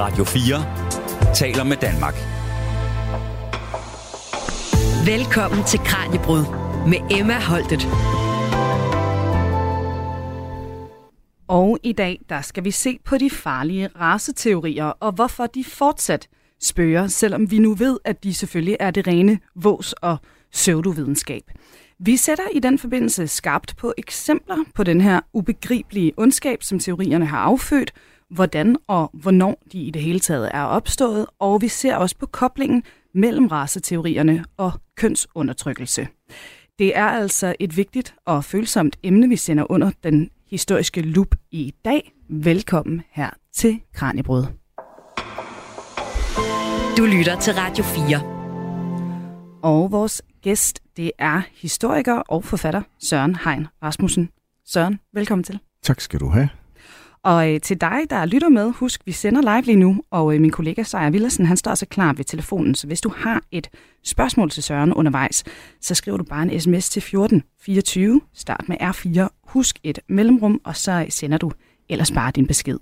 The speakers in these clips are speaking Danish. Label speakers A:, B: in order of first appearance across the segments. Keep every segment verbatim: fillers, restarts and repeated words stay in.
A: Radio fire taler med Danmark.
B: Velkommen til Kraniebrud med Emma Holtet.
C: Og i dag, der skal vi se på de farlige raceteorier, og hvorfor de fortsat spøger, selvom vi nu ved, at de selvfølgelig er det rene vås og pseudovidenskab. Vi sætter i den forbindelse skarpt på eksempler på den her ubegribelige ondskab, som teorierne har affødt, hvordan og hvornår de i det hele taget er opstået, og vi ser også på koblingen mellem raceteorierne og kønsundertrykkelse. Det er altså et vigtigt og følsomt emne, vi sender under den historiske lup i dag. Velkommen her til Kraniebrud.
B: Du lytter til Radio fire.
C: Og vores gæst, det er historiker og forfatter Søren Hein Rasmussen. Søren, velkommen til.
D: Tak skal du have.
C: Og øh, til dig, der lytter med, husk, vi sender live lige nu, og øh, min kollega Sejer Villersen, han står så klar ved telefonen, så hvis du har et spørgsmål til Søren undervejs, så skriver du bare en sms til fjorten fireogtyve, start med R fire, husk et mellemrum, og så sender du ellers bare din besked.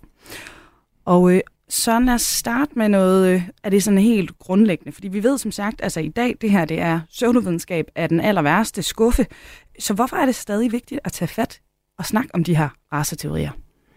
C: Og øh, Søren, lad os starte med noget øh, af det sådan helt grundlæggende, fordi vi ved som sagt, altså i dag, det her det er pseudovidenskab af den aller værste skuffe, så hvorfor er det stadig vigtigt at tage fat og snakke om de her raceteorier?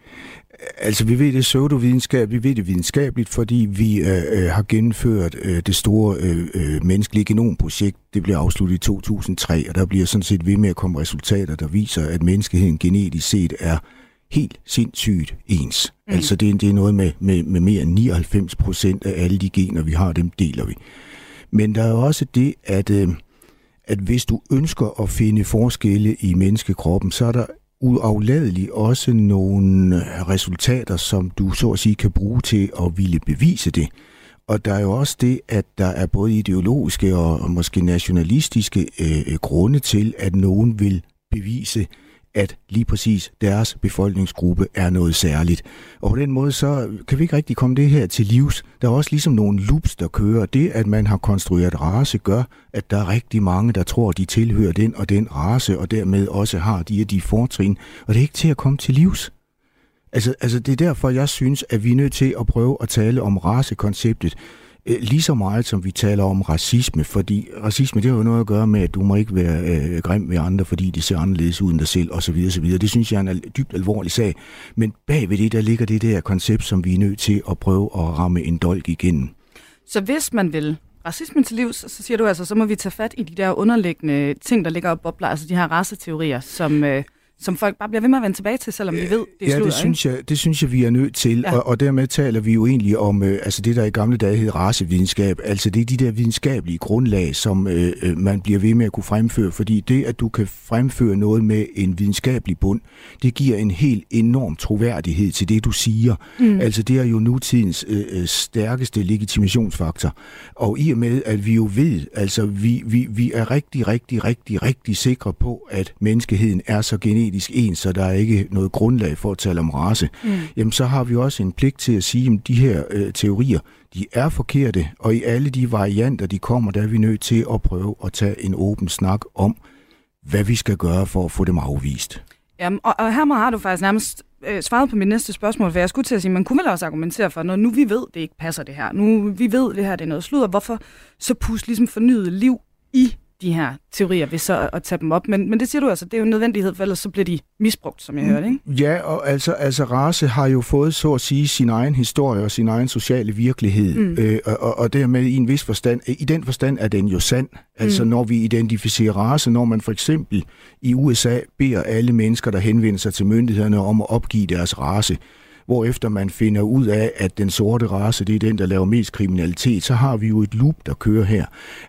D: Altså, vi ved det pseudovidenskab, vi ved det videnskabeligt, fordi vi øh, har gennemført øh, det store øh, menneskelige genomprojekt. Det blev afsluttet i to tusind og tre, og der bliver sådan set ved med at komme resultater, der viser, at menneskeheden genetisk set er helt sindssygt ens. Mm. Altså, det er, det er noget med, med, med mere end nioghalvfems procent af alle de gener, vi har, dem deler vi. Men der er også det, at, øh, at hvis du ønsker at finde forskelle i menneskekroppen, så er der uafladeligt også nogle resultater, som du så at sige kan bruge til at ville bevise det. Og der er jo også det, at der er både ideologiske og måske nationalistiske øh, grunde til, at nogen vil bevise, at lige præcis deres befolkningsgruppe er noget særligt. Og på den måde, så kan vi ikke rigtig komme det her til livs. Der er også ligesom nogle loops, der kører. Det, at man har konstrueret race, gør, at der er rigtig mange, der tror, de tilhører den og den race, og dermed også har de og de fortrin. Og det er ikke til at komme til livs. Altså, altså det er derfor, jeg synes, at vi er nødt til at prøve at tale om racekonceptet lige så meget, som vi taler om racisme, fordi racisme, det har jo noget at gøre med, at du må ikke være øh, grim med andre, fordi de ser anderledes ud end dig selv, osv. osv. Det synes jeg er en dybt alvorlig sag. Men bagved det, der ligger det der koncept, som vi er nødt til at prøve at ramme en dolk igennem.
C: Så hvis man vil racismen til livs, så siger du altså, så må vi tage fat i de der underliggende ting, der ligger og bobler, altså de her raceteorier, som... Øh som folk bare bliver ved med at vende tilbage til, selvom vi ved, det er
D: ja,
C: sludder,
D: det synes jeg, det synes jeg, vi er nødt til, ja. og, og dermed taler vi jo egentlig om øh, altså det, der i gamle dage hed racevidenskab. Altså det er de der videnskabelige grundlag, som øh, man bliver ved med at kunne fremføre, fordi det, at du kan fremføre noget med en videnskabelig bund, det giver en helt enorm troværdighed til det, du siger. Mm. Altså det er jo nutidens øh, stærkeste legitimationsfaktor. Og i og med, at vi jo ved, altså vi, vi, vi er rigtig, rigtig, rigtig, rigtig sikre på, at menneskeheden er så genetisk en, så der er ikke noget grundlag for at tale om race, mm. jamen så har vi også en pligt til at sige, at de her øh, teorier, de er forkerte, og i alle de varianter, de kommer, der er vi nødt til at prøve at tage en åben snak om, hvad vi skal gøre for at få dem afvist.
C: Jamen, og, og her har du faktisk nærmest øh, svaret på mit næste spørgsmål, for jeg skulle til at sige, man kunne vel også argumentere for, når nu vi ved, det ikke passer det her, nu vi ved, det her det er noget sludder, hvorfor så puste ligesom fornyet liv i de her teorier ved så at tage dem op. Men, men det siger du altså, det er jo en nødvendighed, for ellers så bliver de misbrugt, som jeg hørte, ikke?
D: Ja, og altså, altså race har jo fået, så at sige, sin egen historie og sin egen sociale virkelighed. Mm. Øh, og, og dermed i en vis forstand, i den forstand er den jo sand. Altså mm. når vi identificerer race, når man for eksempel i U S A beder alle mennesker, der henvender sig til myndighederne om at opgive deres race, hvorefter man finder ud af, at den sorte race, det er den, der laver mest kriminalitet, så har vi jo et loop, der kører her.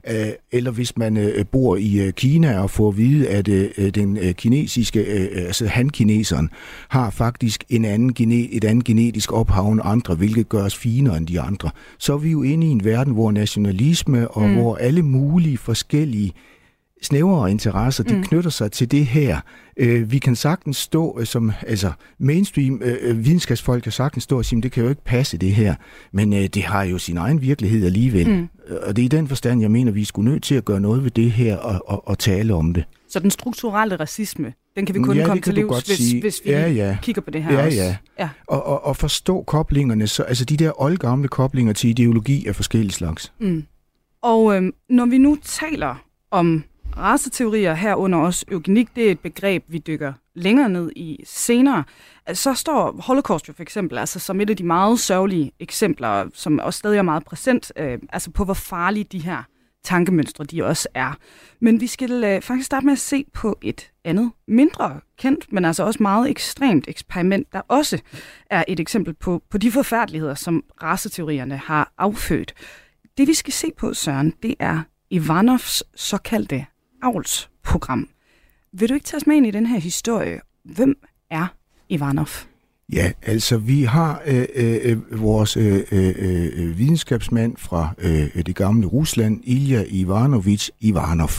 D: Eller hvis man bor i Kina og får at vide, at den kinesiske, altså han-kineseren, har faktisk en anden, et andet genetisk ophav end andre, hvilket gør os finere end de andre, så er vi jo inde i en verden, hvor nationalisme og mm. hvor alle mulige forskellige snævere interesser, de mm. knytter sig til det her. Øh, vi kan sagtens stå, som altså mainstream øh, videnskabsfolk kan sagtens stå og sige, det kan jo ikke passe det her, men øh, det har jo sin egen virkelighed alligevel. Mm. Og det er i den forstand, jeg mener, vi skulle nødt til at gøre noget ved det her og, og, og tale om det.
C: Så den strukturelle racisme, den kan vi kun
D: ja,
C: komme til livs, hvis, hvis vi
D: ja, ja.
C: kigger på det her
D: ja,
C: også.
D: Ja,
C: ja.
D: Og, og, og forstå koblingerne, så, altså de der oldgamle koblinger til ideologi af forskellige slags.
C: Mm. Og øh, når vi nu taler om raceteorier herunder også eugenik, det er et begreb, vi dykker længere ned i senere. Så står Holocaust jo for eksempel, altså som et af de meget sørgelige eksempler, som også stadig er meget præsent, øh, altså på hvor farlige de her tankemønstre de også er. Men vi skal øh, faktisk starte med at se på et andet, mindre kendt, men altså også meget ekstremt eksperiment, der også er et eksempel på, på de forfærdeligheder, som raceteorierne har affødt. Det vi skal se på, Søren, det er Ivanovs såkaldte avlsprogram. Vil du ikke tage os med ind i den her historie? Hvem er Ivanov?
D: Ja, altså vi har øh, øh, vores øh, øh, videnskabsmand fra øh, det gamle Rusland, Ilja Ivanovich Ivanov,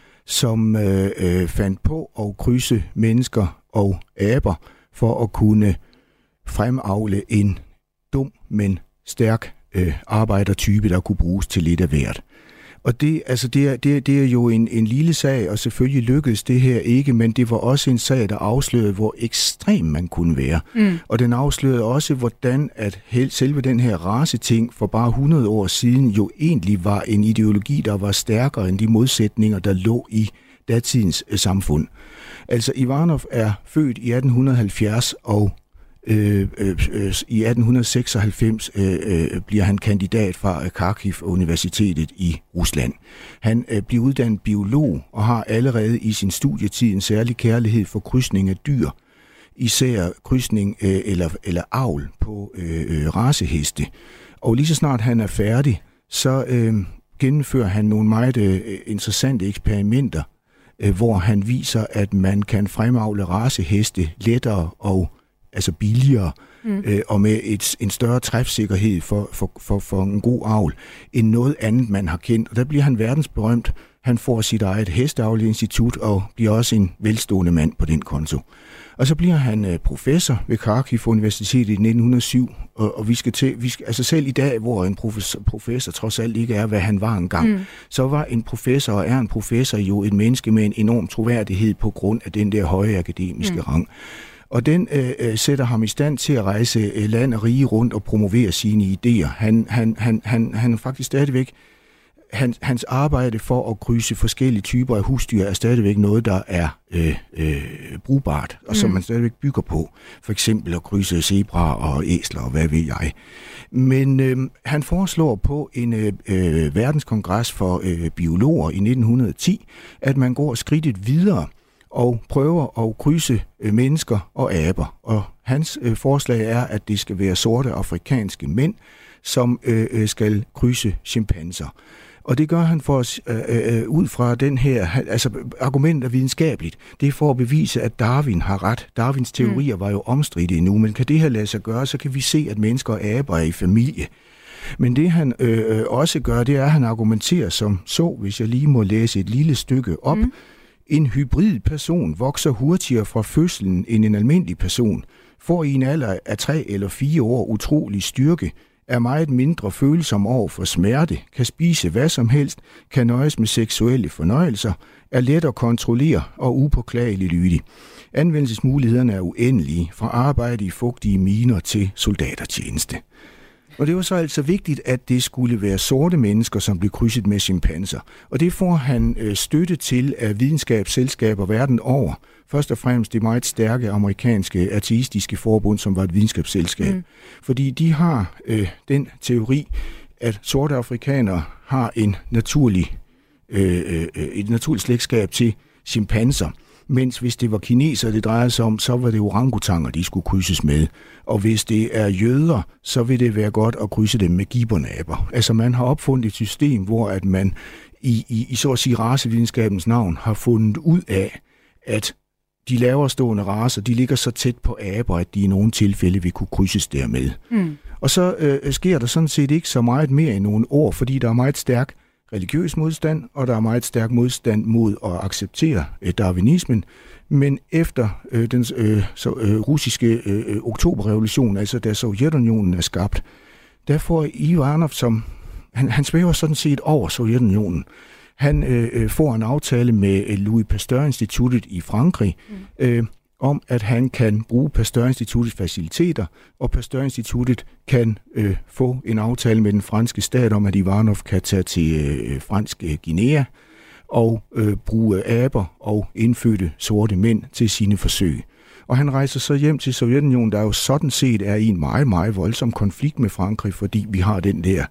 D: som øh, øh, fandt på at krydse mennesker og aber for at kunne fremavle en dum, men stærk øh, arbejdertype, der kunne bruges til lidt af hvert. Og det, altså det, er, det, er, det er jo en, en lille sag, og selvfølgelig lykkedes det her ikke, men det var også en sag, der afslørede, hvor ekstrem man kunne være. Mm. Og den afslørede også, hvordan at selve den her raceting for bare hundrede år siden jo egentlig var en ideologi, der var stærkere end de modsætninger, der lå i datidens øh, samfund. Altså Ivanov er født i atten halvfjerds, og Øh, øh, i atten seksoghalvfems øh, øh, bliver han kandidat fra Kharkiv-universitetet i Rusland. Han øh, bliver uddannet biolog og har allerede i sin studietid en særlig kærlighed for krydsning af dyr, især krydsning øh, eller, eller avl på øh, øh, raceheste. Og lige så snart han er færdig, så øh, gennemfører han nogle meget øh, interessante eksperimenter, øh, hvor han viser, at man kan fremavle raceheste lettere og altså billigere, mm. øh, og med et, en større træfsikkerhed for, for, for, for en god avl, end noget andet, man har kendt. Og der bliver han verdensberømt. Han får sit eget hesteavleinstitut og bliver også en velstående mand på den konto. Og så bliver han øh, professor ved Kharkiv-universitetet i nitten hundrede og syv, og, og vi skal til, vi skal, altså selv i dag, hvor en professor, professor trods alt ikke er, hvad han var engang, mm. så var en professor og er en professor jo et menneske med en enorm troværdighed på grund af den der høje akademiske mm. rang. Og den øh, sætter ham i stand til at rejse øh, land og rige rundt og promovere sine idéer. Han, han, han, han, han er faktisk stadigvæk, han, hans arbejde for at krydse forskellige typer af husdyr er stadigvæk noget, der er øh, øh, brugbart, og som mm. man stadigvæk bygger på. For eksempel at krydse zebraer og æsler og hvad ved jeg. Men øh, han foreslår på en øh, verdenskongres for øh, biologer i nitten hundrede og ti, at man går skridtet videre og prøver at krydse øh, mennesker og aber. Og hans øh, forslag er, at det skal være sorte afrikanske mænd, som øh, skal krydse chimpanser. Og det gør han for os øh, øh, ud fra den her, altså argument er videnskabeligt. Det er for at bevise, at Darwin har ret. Darwins teorier mm. var jo omstridte endnu, men kan det her lade sig gøre, så kan vi se, at mennesker og aber er i familie. Men det han øh, også gør, det er, at han argumenterer som så, hvis jeg lige må læse et lille stykke op. Mm. En hybrid person vokser hurtigere fra fødslen end en almindelig person, får i en alder af tre eller fire år utrolig styrke, er meget mindre følsom over for smerte, kan spise hvad som helst, kan nøjes med seksuelle fornøjelser, er let at kontrollere og upåklagelig lydig. Anvendelsesmulighederne er uendelige, fra arbejde i fugtige miner til soldatertjeneste. Og det var så altså vigtigt, at det skulle være sorte mennesker, som blev krydset med chimpanser. Og det får han øh, støtte til af videnskabsselskaber verden over. Først og fremmest det meget stærke amerikanske ateistiske forbund, som var et videnskabsselskab. Mm. Fordi de har øh, den teori, at sorte afrikanere har en naturlig, øh, øh, et naturligt slægtskab til chimpanser. Mens hvis det var kineser, det drejede sig om, så var det orangutanger, de skulle krydses med. Og hvis det er jøder, så vil det være godt at krydse dem med gibernaber. Altså man har opfundet et system, hvor at man i, i, i så at sige racevidenskabens navn har fundet ud af, at de lavere stående racer, de ligger så tæt på aber, at de i nogle tilfælde vil kunne krydses dermed. Mm. Og så øh, sker der sådan set ikke så meget mere i nogle år, fordi der er meget stærk religiøs modstand, og der er meget stærk modstand mod at acceptere øh, darwinismen. Men efter øh, den øh, så, øh, russiske øh, oktoberrevolution, altså da Sovjetunionen er skabt, der får Ivanov, som han, han svæver sådan set over Sovjetunionen. Han øh, får en aftale med Louis Pasteur-instituttet i Frankrig, mm. øh, om at han kan bruge Pasteur-instituttets faciliteter, og Pasteur-instituttet kan øh, få en aftale med den franske stat om, at Ivanov kan tage til øh, fransk øh, Guinea og øh, bruge aber og indfødte sorte mænd til sine forsøg. Og han rejser så hjem til Sovjetunionen, der jo sådan set er i en meget, meget voldsom konflikt med Frankrig, fordi vi har den der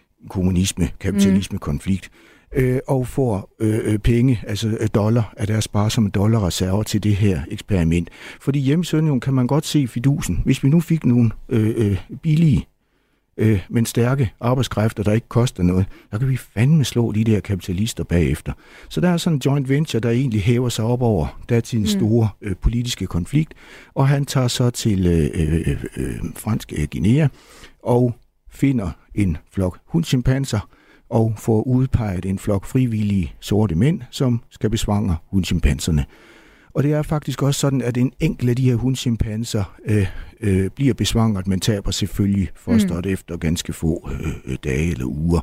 D: kommunisme-kapitalisme-konflikt, øh, og får øh, penge, altså dollar, af deres sparsomme dollarreserver til det her eksperiment. Fordi hjemme i Sovjetunionen kan man godt se fidusen. Hvis vi nu fik nogle øh, øh, billige, øh, men stærke arbejdskræfter, der ikke koster noget, så kan vi fandme slå de der kapitalister bagefter. Så der er sådan en joint venture, der egentlig hæver sig op over datidens mm. store øh, politiske konflikt, og han tager så til øh, øh, øh, fransk øh, Guinea og finder en flok hundchimpanser og får udpeget en flok frivillige sorte mænd, som skal besvangre hundchimpanserne. Og det er faktisk også sådan, at en enkelt af de her hundchimpanser øh, øh, bliver besvangret, men taber selvfølgelig fosteret mm. efter ganske få øh, dage eller uger.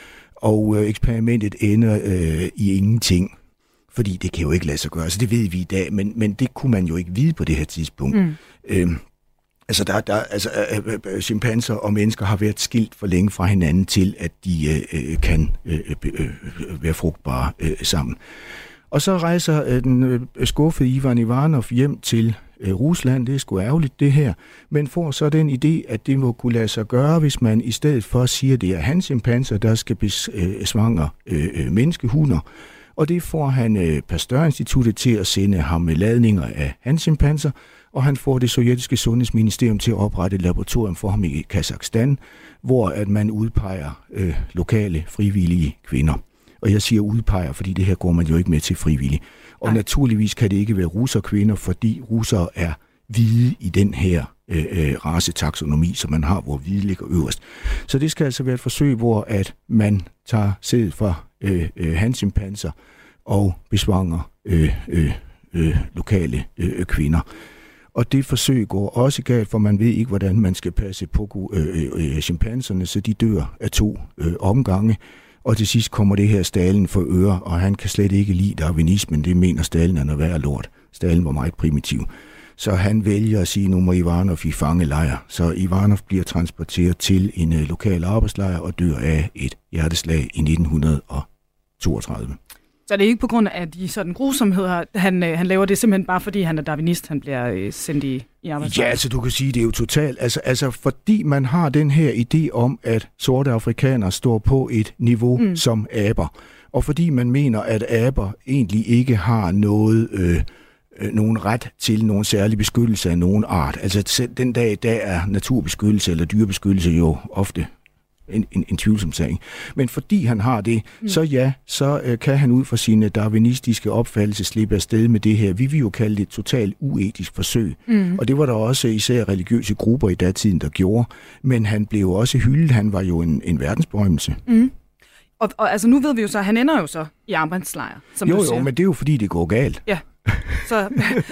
D: Og øh, eksperimentet ender øh, i ingenting, fordi det kan jo ikke lade sig gøre. Altså det ved vi i dag, men, men det kunne man jo ikke vide på det her tidspunkt. Mm. Øh, Altså, der, der, altså øh, chimpanser og mennesker har været skilt for længe fra hinanden til, at de øh, kan øh, øh, være frugtbare øh, sammen. Og så rejser øh, den øh, skuffede Ivan Ivanov hjem til øh, Rusland. Det er sgu ærgerligt, det her. Men får så den idé, at det må kunne lade sig gøre, hvis man i stedet for siger, at det er hans chimpanser, der skal besvangre øh, øh, menneskehunder. Og det får han øh, Pasteur-instituttet til at sende ham med ladninger af hans chimpanser, og han får det sovjetiske sundhedsministerium til at oprette et laboratorium for ham i Kazakhstan, hvor at man udpeger øh, lokale frivillige kvinder. Og jeg siger udpeger, fordi det her går man jo ikke med til frivillige. Og Nej. Naturligvis kan det ikke være russerkvinder, fordi russere er hvide i den her øh, øh, racetaksonomi, som man har, hvor hvide ligger øverst. Så det skal altså være et forsøg, hvor at man tager sæd fra øh, øh, hanchimpanser og besvanger øh, øh, øh, lokale øh, kvinder. Og det forsøg går også galt, for man ved ikke, hvordan man skal passe på øh, øh, chimpanserne, så de dør af to øh, omgange. Og til sidst kommer det her Stalin for øre, og han kan slet ikke lide darwinismen. Det mener Stalin er noget værre lort. Stalin var meget primitiv. Så han vælger at sige, nu må Ivanov i fangelejr. Så Ivanov bliver transporteret til en øh, lokal arbejdslejr og dør af et hjerteslag i nitten toogtredive.
C: Så det er ikke på grund af de sådan grusomheder, han, øh, han laver det simpelthen bare fordi han er darwinist, han bliver øh, sendt i, i arbejdslejr?
D: Ja, altså du kan sige, det er jo totalt. Altså, altså fordi man har den her idé om, at sorte afrikanere står på et niveau mm. som aber. Og fordi man mener, at aber egentlig ikke har noget... Øh, nogen ret til nogen særlig beskyttelse af nogen art. Altså den dag i dag er naturbeskyttelse eller dyrebeskyttelse jo ofte en, en, en tvivlsom sag. Men fordi han har det, mm. så ja, så øh, kan han ud fra sine darwinistiske opfattelse slippe afsted med det her. Vi vil jo kalde det et totalt uetisk forsøg. Mm. Og det var der også især religiøse grupper i datiden, der gjorde. Men han blev også hyldet. Han var jo en, en verdensberømmelse. Mm.
C: Og, og altså nu ved vi jo så, han ender jo så i arbejdslejr, som
D: jo,
C: du siger.
D: Jo, men det er jo fordi, det går galt.
C: Ja. Så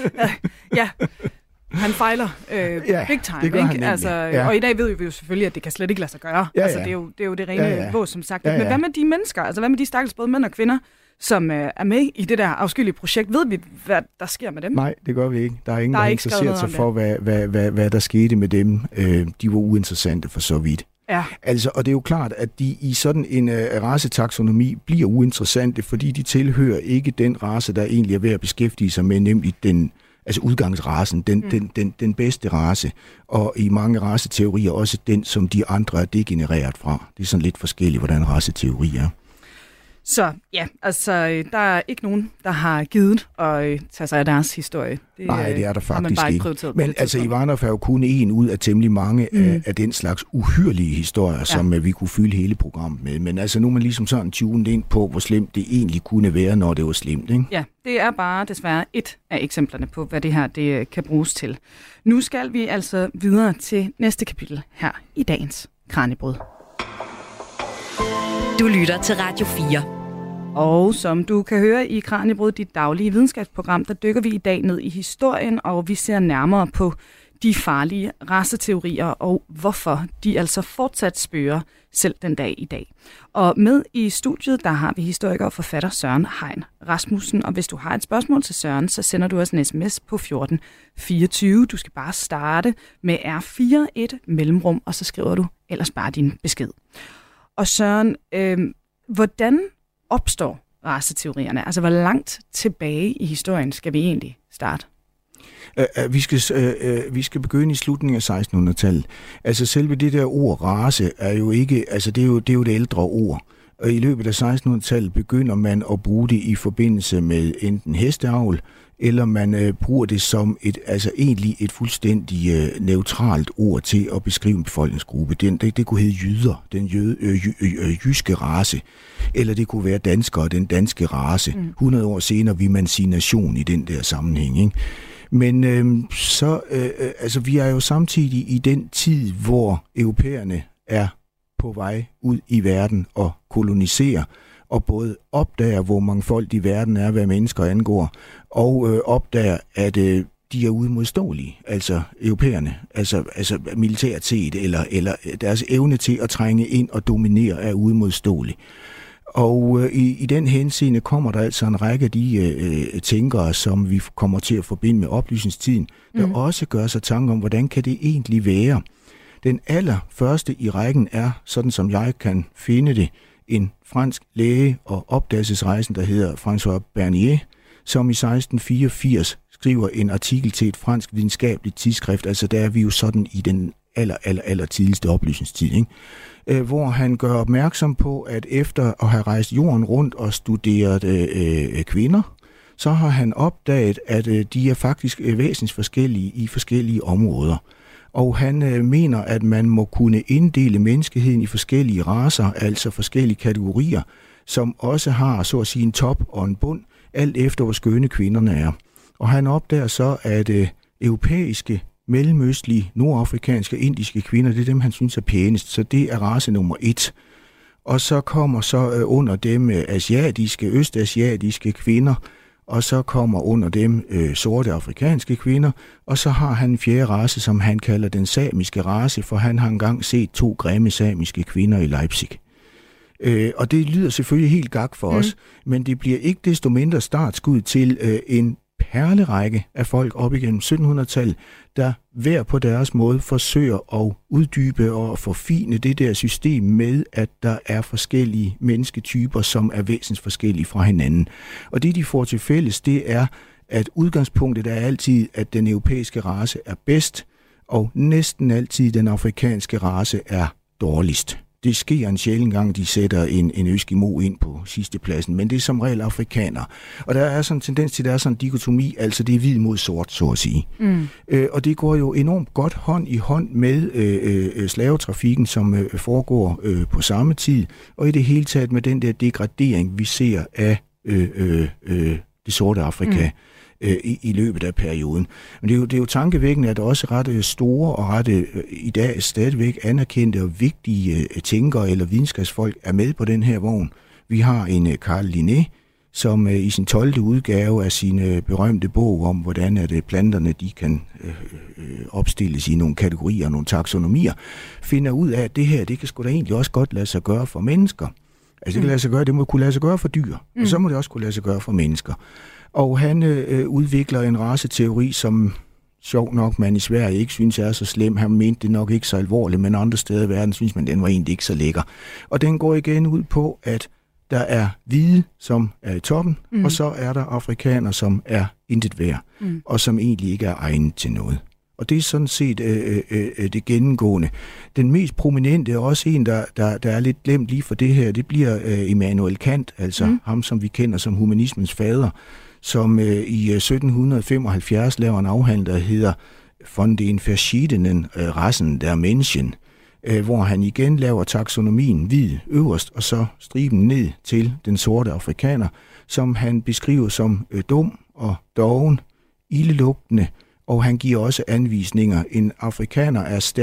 C: ja, han fejler øh, ja, big time,
D: det gør
C: ikke? Altså, ja. Og i dag ved vi jo selvfølgelig, at det kan slet ikke lade sig gøre. Ja, altså, det, er jo, det er jo det rene ja, ja. Vås, som sagt. Ja, ja. Men hvad med de mennesker? Altså, hvad med de stakkels både mænd og kvinder, som øh, er med i det der afskyelige projekt? Ved vi, hvad der sker med dem?
D: Nej, det gør vi ikke. Der er ingen, der, der interesserer sig for, hvad, hvad, hvad, hvad der skete med dem. Øh, de var uinteressante for så vidt. Ja. Altså, og det er jo klart, at de i sådan en uh, racetaksonomi bliver uinteressante, fordi de tilhører ikke den race, der egentlig er ved at beskæftige sig med, nemlig den, altså udgangsracen, den, mm. den, den, den bedste race, og i mange raceteorier også den, som de andre er degenereret fra. Det er sådan lidt forskelligt, hvordan raceteori er.
C: Så ja, altså der er ikke nogen, der har givet at tage sig af deres historie. Det,
D: Nej, det er der faktisk ikke.
C: ikke.
D: Men altså Ivanov er jo kun en ud af temmelig mange mm. af, af den slags uhyrlige historier, ja. som uh, vi kunne fylde hele programmet med. Men altså nu er man ligesom sådan tunet ind på, hvor slemt det egentlig kunne være, når det var slemt, ikke?
C: Ja, det er bare desværre et af eksemplerne på, hvad det her det kan bruges til. Nu skal vi altså videre til næste kapitel her i dagens Kraniebrud.
B: Du lytter til Radio fire.
C: Og som du kan høre i Kraniebrud, dit daglige videnskabsprogram, der dykker vi i dag ned i historien, og vi ser nærmere på de farlige raceteorier og hvorfor de altså fortsat spøger selv den dag i dag. Og med i studiet, der har vi historiker og forfatter Søren Hein Rasmussen, og hvis du har et spørgsmål til Søren, så sender du os en sms på fjorten fireogtyve. Du skal bare starte med R fire et mellemrum, og så skriver du ellers bare din besked. Og Søren, øh, hvordan opstår raceteorierne? Altså, hvor langt tilbage i historien skal vi egentlig starte?
D: Uh, vi, skal, uh, vi skal begynde i slutningen af sekstenhundredetallet. Altså selve det der ord race er jo ikke, altså det er jo, det er jo et ældre ord. Og i løbet af sekstenhundredetallet begynder man at bruge det i forbindelse med enten hesteavl, eller man uh, bruger det som et, altså egentlig et fuldstændig uh, neutralt ord til at beskrive en befolkningsgruppe. Det, det, det kunne hedde jyder, den jøde, øh, øh, jyske race, eller det kunne være danskere, den danske race. Mm. hundrede år senere vil man sige nation i den der sammenhæng, ikke? Men øh, så, øh, altså vi er jo samtidig i den tid, hvor europæerne er på vej ud i verden og koloniserer, og både opdager, hvor mangfoldig verden er, hvad mennesker angår, og øh, opdager, at øh, de er uimodståelige, altså europæerne, altså, altså militært set, eller, eller deres evne til at trænge ind og dominere er uimodståelig. Og øh, i, i den henseende kommer der altså en række af de øh, tænkere, som vi kommer til at forbinde med oplysningstiden, der mm. også gør sig tanke om, hvordan kan det egentlig være. Den allerførste i rækken er, sådan som jeg kan finde det, en fransk læge og opdagelsesrejsen, der hedder François Bernier, som i seksten fireogfirs skriver en artikel til et fransk videnskabeligt tidsskrift. Altså der er vi jo sådan i den aller, aller, aller tidligste oplysningstid, ikke? Øh, hvor han gør opmærksom på, at efter at have rejst jorden rundt og studeret øh, kvinder, så har han opdaget, at øh, de er faktisk øh, væsensforskellige i forskellige områder. Og han øh, mener, at man må kunne inddele menneskeheden i forskellige racer, altså forskellige kategorier, som også har, så at sige, en top og en bund, alt efter hvor skønne kvinderne er. Og han opdager så, at øh, europæiske, mellemøstlige, nordafrikanske og indiske kvinder, det er dem, han synes er pænest, så det er race nummer et. Og så kommer så øh, under dem øh, asiatiske, østasiatiske kvinder, og så kommer under dem øh, sorte afrikanske kvinder, og så har han en fjerde race, som han kalder den samiske race, for han har engang set to grimme samiske kvinder i Leipzig. Øh, og det lyder selvfølgelig helt gak for mm. os, men det bliver ikke desto mindre startskud til øh, en perlerække af folk op igennem syttenhundredetallet, der hver på deres måde forsøger at uddybe og forfine det der system med, at der er forskellige mennesketyper, som er væsensforskellige fra hinanden. Og det, de får til fælles, det er, at udgangspunktet er altid, at den europæiske race er bedst, og næsten altid den afrikanske race er dårligst. Det sker en sjældent gang, de sætter en, en Eskimo ind på sidste pladsen, men det er som regel afrikanere. Og der er sådan en tendens til, at der er sådan en dikotomi, altså det er hvid mod sort, så at sige. Mm. Øh, og det går jo enormt godt hånd i hånd med øh, øh, slavetrafikken, som øh, foregår øh, på samme tid, og i det hele taget med den der degradering, vi ser af øh, øh, øh, det sorte Afrika. Mm. I, i løbet af perioden. Men det er jo, det er jo tankevækkende, at også ret store og ret i dag stadigvæk anerkendte og vigtige tænkere eller videnskabsfolk er med på den her vogn. Vi har en Carl Linné, som i sin tolvte udgave af sin berømte bog om, hvordan at planterne de kan øh, opstilles i nogle kategorier og nogle taksonomier, finder ud af, at det her, det kan sgu da egentlig også godt lade sig gøre for mennesker. Altså det kan lade sig gøre, det må kunne lade sig gøre for dyr, mm. og så må det også kunne lade sig gøre for mennesker. Og han øh, udvikler en raceteori, som sjov nok man i Sverige ikke synes er så slem. Han mente det nok ikke så alvorligt, men andre steder i verden synes man, den var egentlig ikke så lækker. Og den går igen ud på, at der er hvide, som er i toppen, mm. og så er der afrikanere, som er intet værd, mm. og som egentlig ikke er egnet til noget. Og det er sådan set øh, øh, det gennemgående. Den mest prominente er også en, der, der, der er lidt glemt lige for det her, det bliver øh, Immanuel Kant, altså mm. ham, som vi kender som humanismens fader, som øh, i sytten femoghalvfjerds laver en afhandling, der hedder Von den verschiedenen äh, Rassen der Menschen, øh, hvor han igen laver taksonomien hvid øverst, og så striben ned til den sorte afrikaner, som han beskriver som øh, dum og doven, ildelugtende, og han giver også anvisninger. En afrikaner er stærk,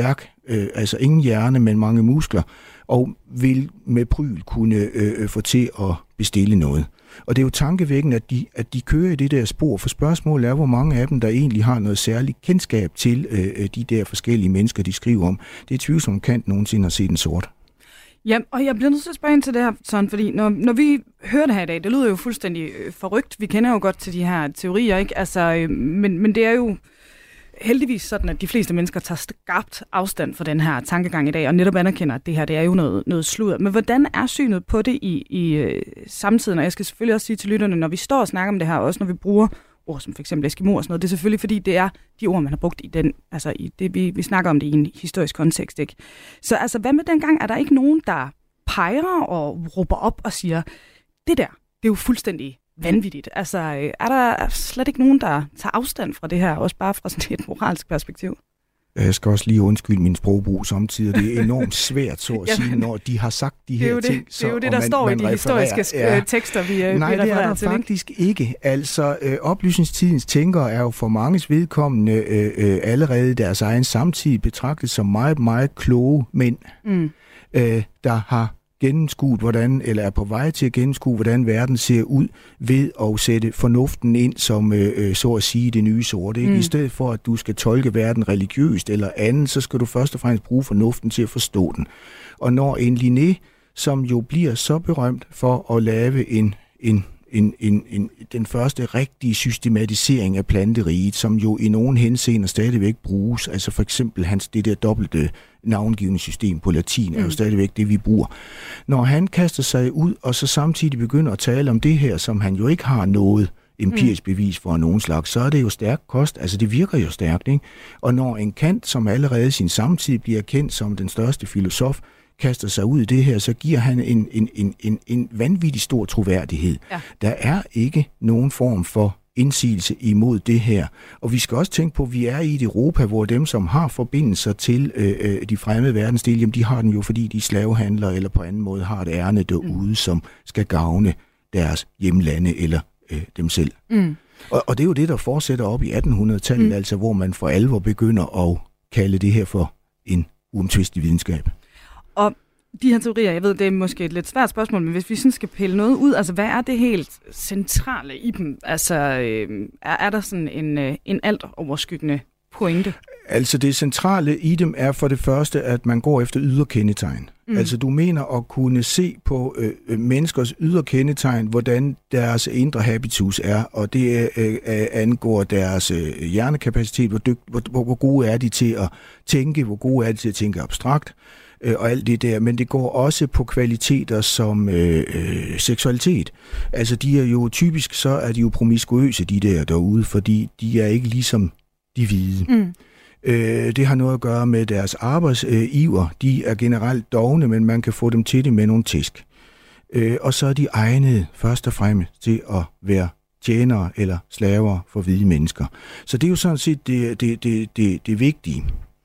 D: øh, altså ingen hjerne, men mange muskler, og vil med pryl kunne øh, få til at bestille noget. Og det er jo tankevækkende, at de, at de kører i det der spor, for spørgsmålet er, hvor mange af dem, der egentlig har noget særligt kendskab til øh, de der forskellige mennesker, de skriver om. Det er tvivlsomt, om Kant nogensinde har set en sort.
C: Ja, og jeg bliver nødt til at spørge ind til det her, sådan, fordi når, når vi hører det her i dag, det lyder jo fuldstændig øh, forrygt. Vi kender jo godt til de her teorier, ikke? Altså, øh, men, men det er jo heldigvis sådan, at de fleste mennesker tager skarpt afstand fra den her tankegang i dag, og netop anerkender, at det her det er jo noget, noget sludder. Men hvordan er synet på det i, i øh, samtiden? Og jeg skal selvfølgelig også sige til lytterne, når vi står og snakker om det her, også når vi bruger ord som for eksempel Eskimo og sådan noget, det er selvfølgelig fordi, det er de ord, man har brugt i den, altså i det, vi, vi snakker om det i en historisk kontekst, ikke? Så altså, hvad med dengang? Er der ikke nogen, der peger og råber op og siger, det der, det er jo fuldstændig vanvittigt. Altså, er der slet ikke nogen, der tager afstand fra det her, også bare fra sådan et moralsk perspektiv?
D: Jeg skal også lige undskylde min sprogbrug samtidig. Det er enormt svært, så at sige, når de har sagt de her
C: det
D: ting.
C: Så, det er jo det, der man, står man i de historiske ja. tekster, vi Nej,
D: vi det er der
C: til,
D: faktisk ikke. ikke. Altså, øh, oplysningstidens tænkere er jo for manges vedkommende øh, øh, allerede deres egen samtid betragtet som meget, meget kloge mænd, mm. øh, der har gennemskuet, hvordan, eller er på vej til at gennemskue, hvordan verden ser ud ved at sætte fornuften ind som, øh, så at sige, det nye sort. Ikke? Mm. I stedet for, at du skal tolke verden religiøst eller andet, så skal du først og fremmest bruge fornuften til at forstå den. Og når en Linné, som jo bliver så berømt for at lave en, en En, en, en, den første rigtige systematisering af planteriget, som jo i nogen henseender stadigvæk bruges. Altså for eksempel hans det der dobbelte navngivende system på latin, mm. er jo stadigvæk det, vi bruger. Når han kaster sig ud, og så samtidig begynder at tale om det her, som han jo ikke har noget empirisk bevis for nogen slags, så er det jo stærk kost. Altså det virker jo stærkt, ikke? Og når en Kant, som allerede sin samtid bliver kendt som den største filosof, kaster sig ud i det her, så giver han en, en, en, en, en vanvittig stor troværdighed. Ja. Der er ikke nogen form for indsigelse imod det her. Og vi skal også tænke på, at vi er i et Europa, hvor dem, som har forbindelser til øh, de fremmede verdensdele, jamen de har den jo, fordi de er slavehandlere, eller på anden måde har et ærne derude, mm. som skal gavne deres hjemlande eller øh, dem selv. Mm. Og, og det er jo det, der fortsætter op i attenhundredetallet, mm. altså hvor man for alvor begynder at kalde det her for en uomtvistelig videnskab.
C: Og de her teorier, jeg ved, det er måske et lidt svært spørgsmål, men hvis vi sådan skal pille noget ud, altså hvad er det helt centrale i dem? Altså øh, er, er der sådan en, øh, en alt overskyggende pointe?
D: Altså det centrale i dem er for det første, at man går efter ydre kendetegn. Mm. Altså du mener at kunne se på øh, menneskers ydre kendetegn, hvordan deres indre habitus er, og det øh, angår deres øh, hjernekapacitet, hvor, dygt, hvor, hvor gode er de til at tænke, hvor gode er de til at tænke abstrakt, og alt det der, men det går også på kvaliteter som øh, øh, seksualitet. Altså de er jo typisk, så er de jo promiskuøse, de der derude, fordi de er ikke ligesom de hvide. Mm. Øh, det har noget at gøre med deres arbejdsiver. Øh, de er generelt dovne, men man kan få dem til det med nogle tæsk. Øh, og så er de egnede først og fremmest til at være tjenere eller slaver for hvide mennesker. Så det er jo sådan set det, det, det, det, det vigtige.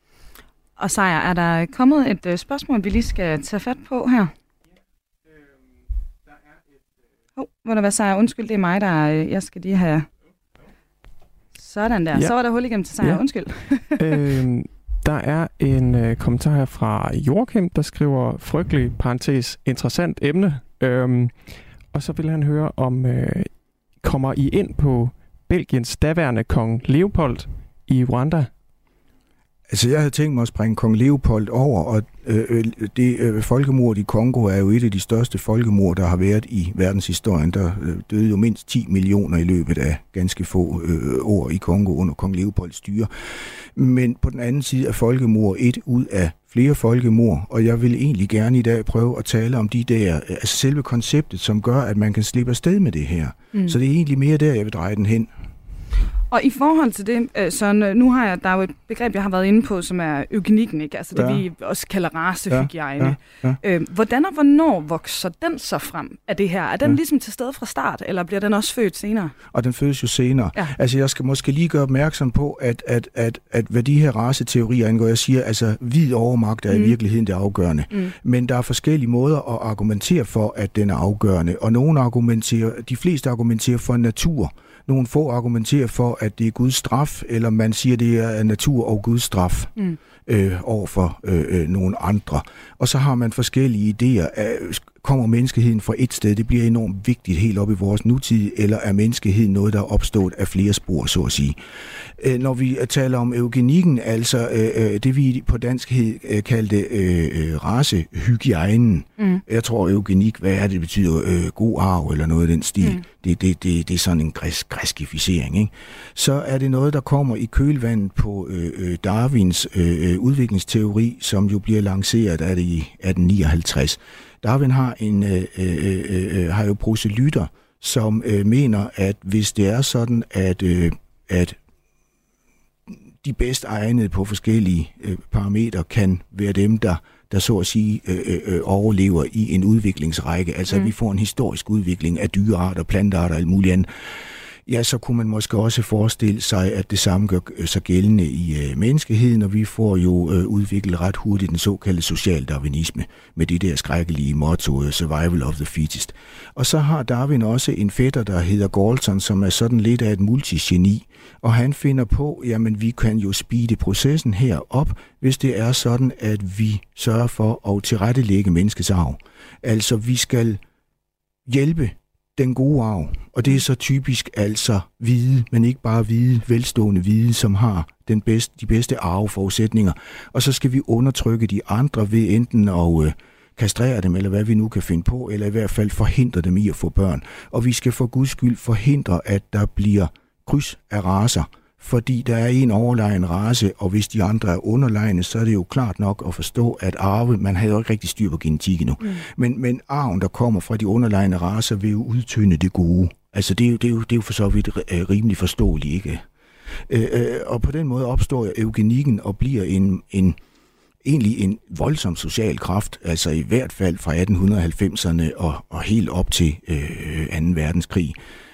C: Og Sejer, er der kommet et øh, spørgsmål, vi lige skal tage fat på her? Åh, oh, hvor der var Sejer, undskyld, det er mig, der øh, jeg skal lige have... Sådan der, ja. Så var der hul igennem til Sejer, ja. Undskyld.
E: øhm, der er en øh, kommentar her fra Joachim, der skriver frygtelig, parentes, interessant emne. Øhm, og så vil han høre, om øh, kommer I ind på Belgiens daværende kong Leopold i Rwanda?
D: Altså, jeg havde tænkt mig at springe kong Leopold over, og øh, det øh, folkemord i Kongo er jo et af de største folkemord, der har været i verdenshistorien. Der øh, døde jo mindst ti millioner i løbet af ganske få øh, år i Kongo under kong Leopolds styre. Men på den anden side er folkemord et ud af flere folkemord, og jeg vil egentlig gerne i dag prøve at tale om de der, altså selve konceptet, som gør, at man kan slippe afsted med det her. Mm. Så det er egentlig mere der, jeg vil dreje den hen.
C: Og i forhold til det, så nu har jeg, der er jo et begreb, jeg har været inde på, som er eugenikken, ikke? Altså det, ja. vi også kalder racehygiejne. Ja, ja, ja. Øh, hvordan og hvornår vokser den så frem af det her? Er den ja. ligesom til stede fra start, eller bliver den også født senere? Og den fødes jo senere. Ja. Altså jeg skal måske lige gøre opmærksom på, at, at, at, at hvad de her raceteorier angår, jeg siger, altså hvid overmagt er mm. i virkeligheden det afgørende. Mm. Men der er forskellige måder at argumentere for, at den er afgørende. Og nogle argumenterer, de fleste argumenterer for natur.
D: Nogle få argumenterer for, at det er Guds straf, eller man siger, det er natur og Guds straf mm. øh, over for øh, nogle andre. Og så har man forskellige idéer. Kommer menneskeheden fra et sted? Det bliver enormt vigtigt helt op i vores nutid, eller er menneskeheden noget, der er opstået af flere spor, så at sige? Øh, når vi taler om eugenikken, altså øh, det vi på dansk hed, kaldte øh, racehygiejnen. Mm. Jeg tror eugenik, hvad er det, det betyder? Øh, god arv eller noget af den stil. Mm. Det, det, det, det er sådan en græs, græskificering, ikke? Så er det noget, der kommer i kølvandet på øh, Darwins øh, udviklingsteori, som jo bliver lanceret af det i atten nioghalvtreds. Darwin har, en, øh, øh, øh, har jo proselytter, som øh, mener, at hvis det er sådan, at, øh, at de bedst egnede på forskellige øh, parametre kan være dem, der, der så at sige øh, øh, overlever i en udviklingsrække, altså mm. at vi får en historisk udvikling af dyrearter, plantearter og alt muligt andet, ja, så kunne man måske også forestille sig, at det samme gør sig gældende i øh, menneskeheden, og vi får jo øh, udviklet ret hurtigt den såkaldte socialdarwinisme, med det der skrækkelige motto, survival of the fittest. Og så har Darwin også en fætter, der hedder Galton, som er sådan lidt af et multigeni, og han finder på, jamen vi kan jo speede processen her op, hvis det er sådan, at vi sørger for at tilrettelægge menneskets arv. Altså vi skal hjælpe den gode arv, og det er så typisk altså hvide, men ikke bare hvide, velstående hvide, som har den bedste, de bedste arveforudsætninger. Og så skal vi undertrykke de andre ved enten at øh, kastrere dem, eller hvad vi nu kan finde på, eller i hvert fald forhindre dem i at få børn. Og vi skal for Guds skyld forhindre, at der bliver kryds af racer, fordi der er en overlegen race, og hvis de andre er underlegne, så er det jo klart nok at forstå, at arve, man havde jo ikke rigtig styr på genetik endnu, mm. men, men arven, der kommer fra de underlegne racer, vil jo udtynde det gode. Altså det er jo, det er jo, det er jo for så vidt rimelig forståeligt, ikke? Øh, øh, og på den måde opstår eugenikken og bliver en, en egentlig en voldsom social kraft, altså i hvert fald fra atten halvfemserne og, og helt op til øh, anden verdenskrig.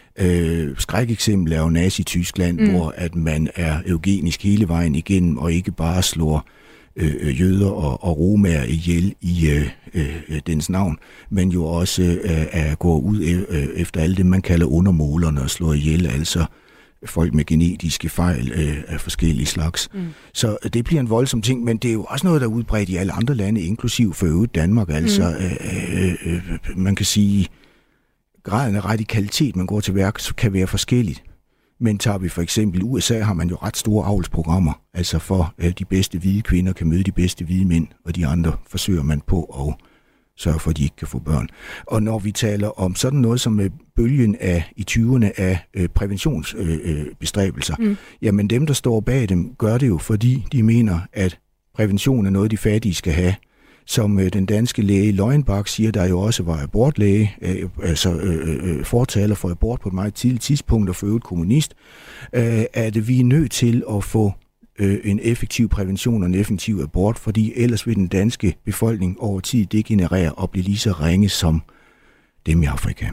D: Øh, skrækeksempel er jo Nazi-Tyskland, mm. hvor at man er eugenisk hele vejen igennem, og ikke bare slår øh, jøder og, og romaer ihjel i øh, øh, dens navn, men jo også øh, er går ud øh, efter alle det, man kalder undermålerne, og slår ihjel, altså folk med genetiske fejl øh, af forskellige slags. Mm. Så det bliver en voldsom ting, men det er jo også noget, der er udbredt i alle andre lande, inklusiv for øvrigt Danmark. Altså, mm. øh, øh, man kan sige, graden af radikalitet, man går til værk, så kan være forskelligt. Men tager vi for eksempel U S A, har man jo ret store avlsprogrammer, altså for at de bedste hvide kvinder kan møde de bedste hvide mænd, og de andre forsøger man på at sørge for, at de ikke kan få børn. Og når vi taler om sådan noget som bølgen af i tyverne af øh, præventionsbestræbelser, øh, mm. jamen dem, der står bag dem, gør det jo, fordi de mener, at prævention er noget, de fattige skal have. Som øh, den danske læge Løjenbak siger, der jo også var abortlæge, øh, altså øh, øh, fortaler for abort på et meget tidligt tidspunkt, og for øvrigt kommunist, øh, at vi er nødt til at få øh, en effektiv prævention og en effektiv abort, fordi ellers vil den danske befolkning over tid degenerere og blive lige så ringe som dem i Afrika.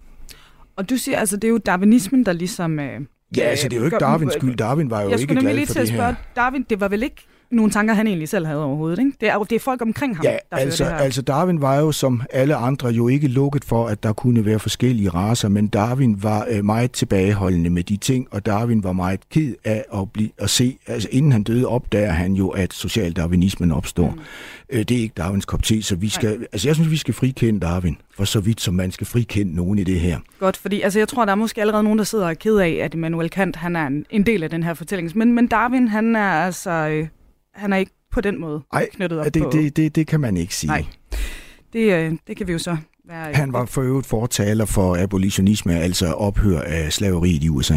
C: Og du siger, altså det er jo darwinismen, der ligesom... Øh,
D: ja, altså det er jo ikke Darwins skyld. Darwin var jo ikke glad for det her. Jeg skulle nemlig lige til at spørge,
C: Darwin, det var vel ikke nogle tanker, han egentlig selv havde overhovedet, ikke? Det er, det er folk omkring ham,
D: ja,
C: der
D: altså,
C: det her.
D: altså Darwin var jo som alle andre jo ikke lukket for, at der kunne være forskellige racer, men Darwin var øh, meget tilbageholdende med de ting, og Darwin var meget ked af at, blive, at se, altså inden han døde, opdager han jo, at socialdarwinismen opstår. Mm. Øh, det er ikke Darwins kop te, så vi skal, Nej. altså jeg synes, vi skal frikende Darwin, for så vidt som man skal frikende nogen i det her.
C: Godt, fordi altså, jeg tror, der er måske allerede nogen, der sidder og er ked af, at Immanuel Kant, han er en, en del af den her fortælling, men, men Darwin, han er altså... Øh, han er ikke på den måde Ej, knyttet op
D: det,
C: på...
D: det, det, det kan man ikke sige.
C: Nej, det, det kan vi jo så være...
D: Han var for øvrigt fortaler for abolitionisme, altså ophør af slaveriet i U S A.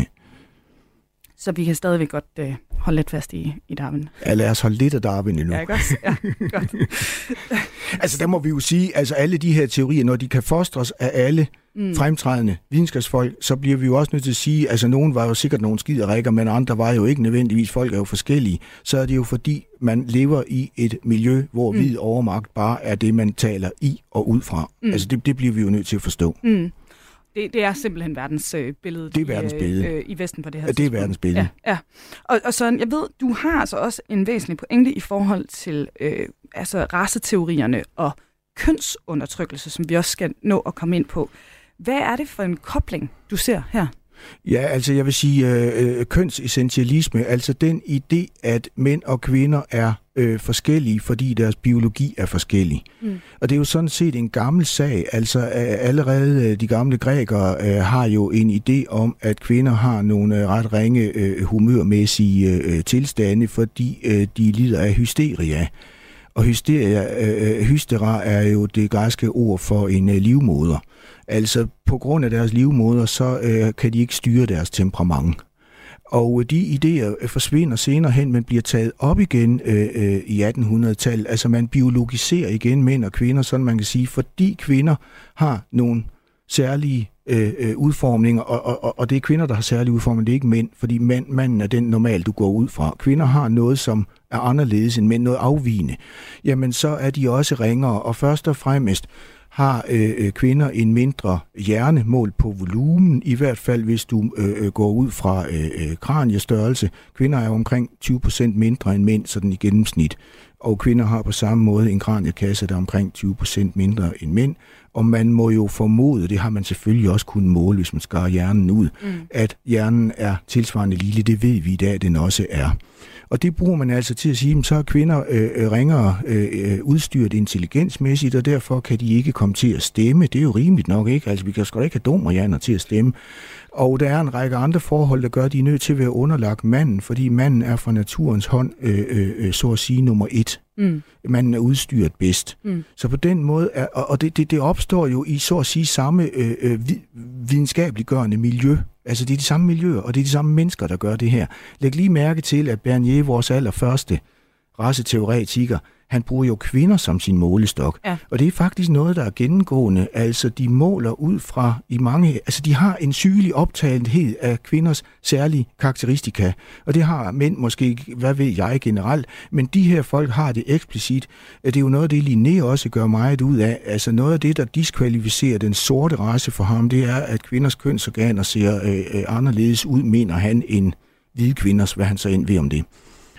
C: Så vi kan stadigvæk godt øh, holde lidt fast i, i Darwin.
D: Ja, lad os holde lidt af Darwin endnu.
C: Ja, ikke også? Ja, godt.
D: Altså, der må vi jo sige, altså alle de her teorier, når de kan fostres af alle mm. fremtrædende videnskabsfolk, så bliver vi jo også nødt til at sige, altså nogen var jo sikkert nogle skiderikker, men andre var jo ikke nødvendigvis, folk er jo forskellige. Så er det jo fordi, man lever i et miljø, hvor mm. hvid overmagt bare er det, man taler i og ud fra. Mm. Altså, det, det bliver vi jo nødt til at forstå. Mm.
C: Det, det er simpelthen verdens øh, billede,
D: det er verdens billede.
C: I, øh, i Vesten på det her
D: ja, det er verdens billede.
C: Ja, ja. Og, og Søren, jeg ved, du har altså også en væsentlig pointe i forhold til øh, altså raceteorierne og kønsundertrykkelse, som vi også skal nå at komme ind på. Hvad er det for en kobling, du ser her?
D: Ja, altså jeg vil sige øh, kønsessentialisme, altså den idé, at mænd og kvinder er øh, forskellige, fordi deres biologi er forskellig. Mm. Og det er jo sådan set en gammel sag. Altså øh, allerede øh, de gamle grækere øh, har jo en idé om, at kvinder har nogle øh, ret ringe øh, humørmæssige øh, tilstande, fordi øh, de lider af hysteria. Og hysteria, øh, hystera er jo det græske ord for en øh, livmoder. Altså på grund af deres livmoder, så øh, kan de ikke styre deres temperament. Og de idéer forsvinder senere hen, men bliver taget op igen øh, øh, i attenhundredetallet. Altså man biologiserer igen mænd og kvinder, sådan man kan sige, fordi kvinder har nogle særlige øh, øh, udformninger, og, og, og det er kvinder, der har særlige udformninger, det er ikke mænd, fordi mand, manden er den normal, du går ud fra. Kvinder har noget, som er anderledes end mænd, noget afvigende. Jamen så er de også ringere, og først og fremmest har øh, kvinder en mindre hjerne målt på volumen, i hvert fald hvis du øh, går ud fra øh, kraniestørrelse. Kvinder er omkring tyve procent mindre end mænd, sådan i gennemsnit. Og kvinder har på samme måde en kraniekasse, der er omkring tyve procent mindre end mænd. Og man må jo formode, det har man selvfølgelig også kunnet måle, hvis man skar hjernen ud, mm. at hjernen er tilsvarende lille. Det ved vi i dag, at den også er. Og det bruger man altså til at sige, at så er kvinder øh, ringere øh, udstyret intelligensmæssigt, og derfor kan de ikke komme til at stemme. Det er jo rimeligt nok, ikke? Altså, vi kan sgu da ikke have dummerhjerner til at stemme. Og der er en række andre forhold, der gør, at de er nødt til at være underlagt manden, fordi manden er fra naturens hånd, øh, øh, så at sige, nummer et. Mm. Manden er udstyret bedst. Mm. Så på den måde, er, og det, det, det opstår jo i, så at sige, samme øh, videnskabeliggørende miljø. Altså det er de samme miljøer, og det er de samme mennesker, der gør det her. Læg lige mærke til, at Bernier, vores allerførste raceteoretiker, han bruger jo kvinder som sin målestok. Ja. Og det er faktisk noget, der er gennemgående. Altså de måler ud fra i mange... Altså de har en sygelig optagethed af kvinders særlige karakteristika. Og det har mænd måske, hvad ved jeg generelt, men de her folk har det eksplicit. Det er jo noget af det, Linné også gør meget ud af. Altså noget af det, der diskvalificerer den sorte race for ham, det er, at kvinders kønsorganer ser øh, anderledes ud, mener han, end hvide kvinders, hvad han så end ved om det.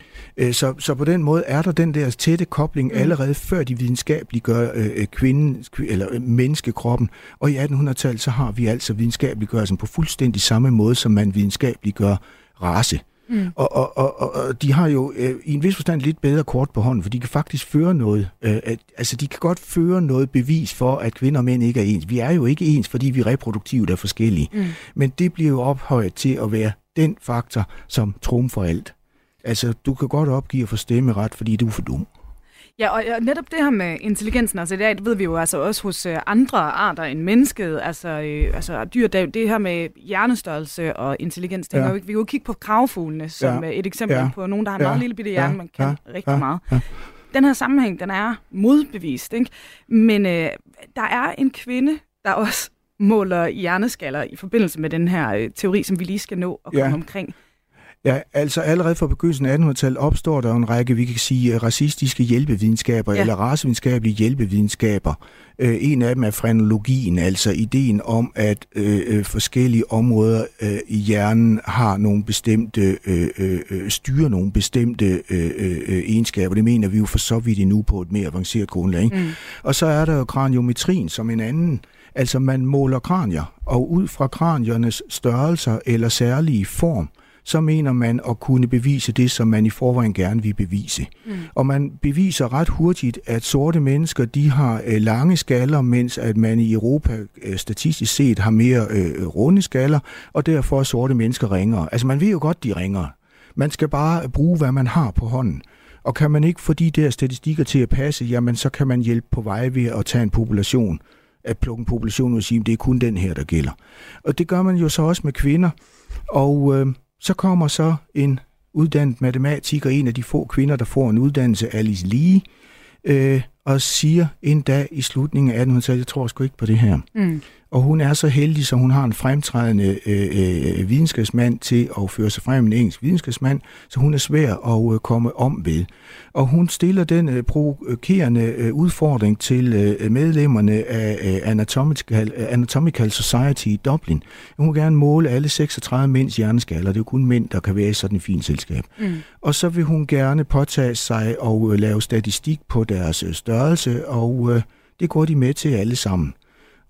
D: Så, så på den måde er der den der tætte kobling allerede før de videnskabeligt gør øh, kvinden, eller menneskekroppen. Og i attenhundredetallet så har vi altså videnskabeliggørelsen på fuldstændig samme måde, som man videnskabeligt gør race. Mm. Og, og, og, og de har jo øh, i en vis forstand lidt bedre kort på hånden, for de kan faktisk føre noget, øh, at, altså de kan godt føre noget bevis for, at kvinder og mænd ikke er ens. Vi er jo ikke ens, fordi vi reproduktivt er forskellige. Mm. Men det bliver jo ophøjet til at være den faktor, som trumfer alt. Altså, du kan godt opgive at få stemmeret, fordi du er for dum.
C: Ja, og netop det her med intelligensen, altså det ved vi jo altså også hos andre arter end mennesket, altså, øh, altså dyr, det, det her med hjernestørrelse og intelligens, det ja. jo, vi kan jo kigge på kravfuglene som ja. et eksempel ja. på nogen, der har en ja. meget lille bitte hjerne, ja. man kan ja. rigtig ja. meget. Ja. Den her sammenhæng, den er modbevist, ikke? Men øh, der er en kvinde, der også måler hjerneskaller i forbindelse med den her øh, teori, som vi lige skal nå at komme ja. omkring.
D: Ja, altså allerede fra begyndelsen af attenhundredetallet opstår der en række, vi kan sige, racistiske hjælpevidenskaber, ja. eller racevidenskabelige hjælpevidenskaber. Øh, en af dem er frenologien, altså ideen om, at øh, forskellige områder øh, i hjernen har nogle bestemte, øh, øh, styrer nogle bestemte øh, øh, egenskaber. Det mener vi jo for så vidt endnu på et mere avanceret grundlag. Ikke? Mm. Og så er der jo kraniometrien som en anden. Altså man måler kranier, og ud fra kraniernes størrelser eller særlige form, så mener man at kunne bevise det, som man i forvejen gerne vil bevise. Mm. Og man beviser ret hurtigt, at sorte mennesker, de har øh, lange skaller, mens at man i Europa øh, statistisk set har mere øh, runde skaller, og derfor er sorte mennesker ringere. Altså man ved jo godt, de er ringere. Man skal bare bruge, hvad man har på hånden. Og kan man ikke få de der statistikker til at passe, jamen så kan man hjælpe på vej ved at tage en population, at plukke en population og sige, at det er kun den her, der gælder. Og det gør man jo så også med kvinder, og... Øh, Så kommer så en uddannet matematiker, en af de få kvinder, der får en uddannelse, Alice Lee, øh, og siger en dag i slutningen af attenhundredetallet, jeg tror sgu ikke på det her. Mm. Og hun er så heldig, så hun har en fremtrædende øh, øh, videnskabsmand til at føre sig frem, en engelsk videnskabsmand, så hun er svær at øh, komme om ved. Og hun stiller den øh, provokerende øh, udfordring til øh, medlemmerne af øh, Anatomical, øh, Anatomical Society i Dublin. Hun vil gerne måle alle seksogtredive mænds hjerneskaller. Det er jo kun mænd, der kan være i sådan et fint selskab. Mm. Og så vil hun gerne påtage sig og øh, lave statistik på deres øh, størrelse, og øh, det går de med til alle sammen.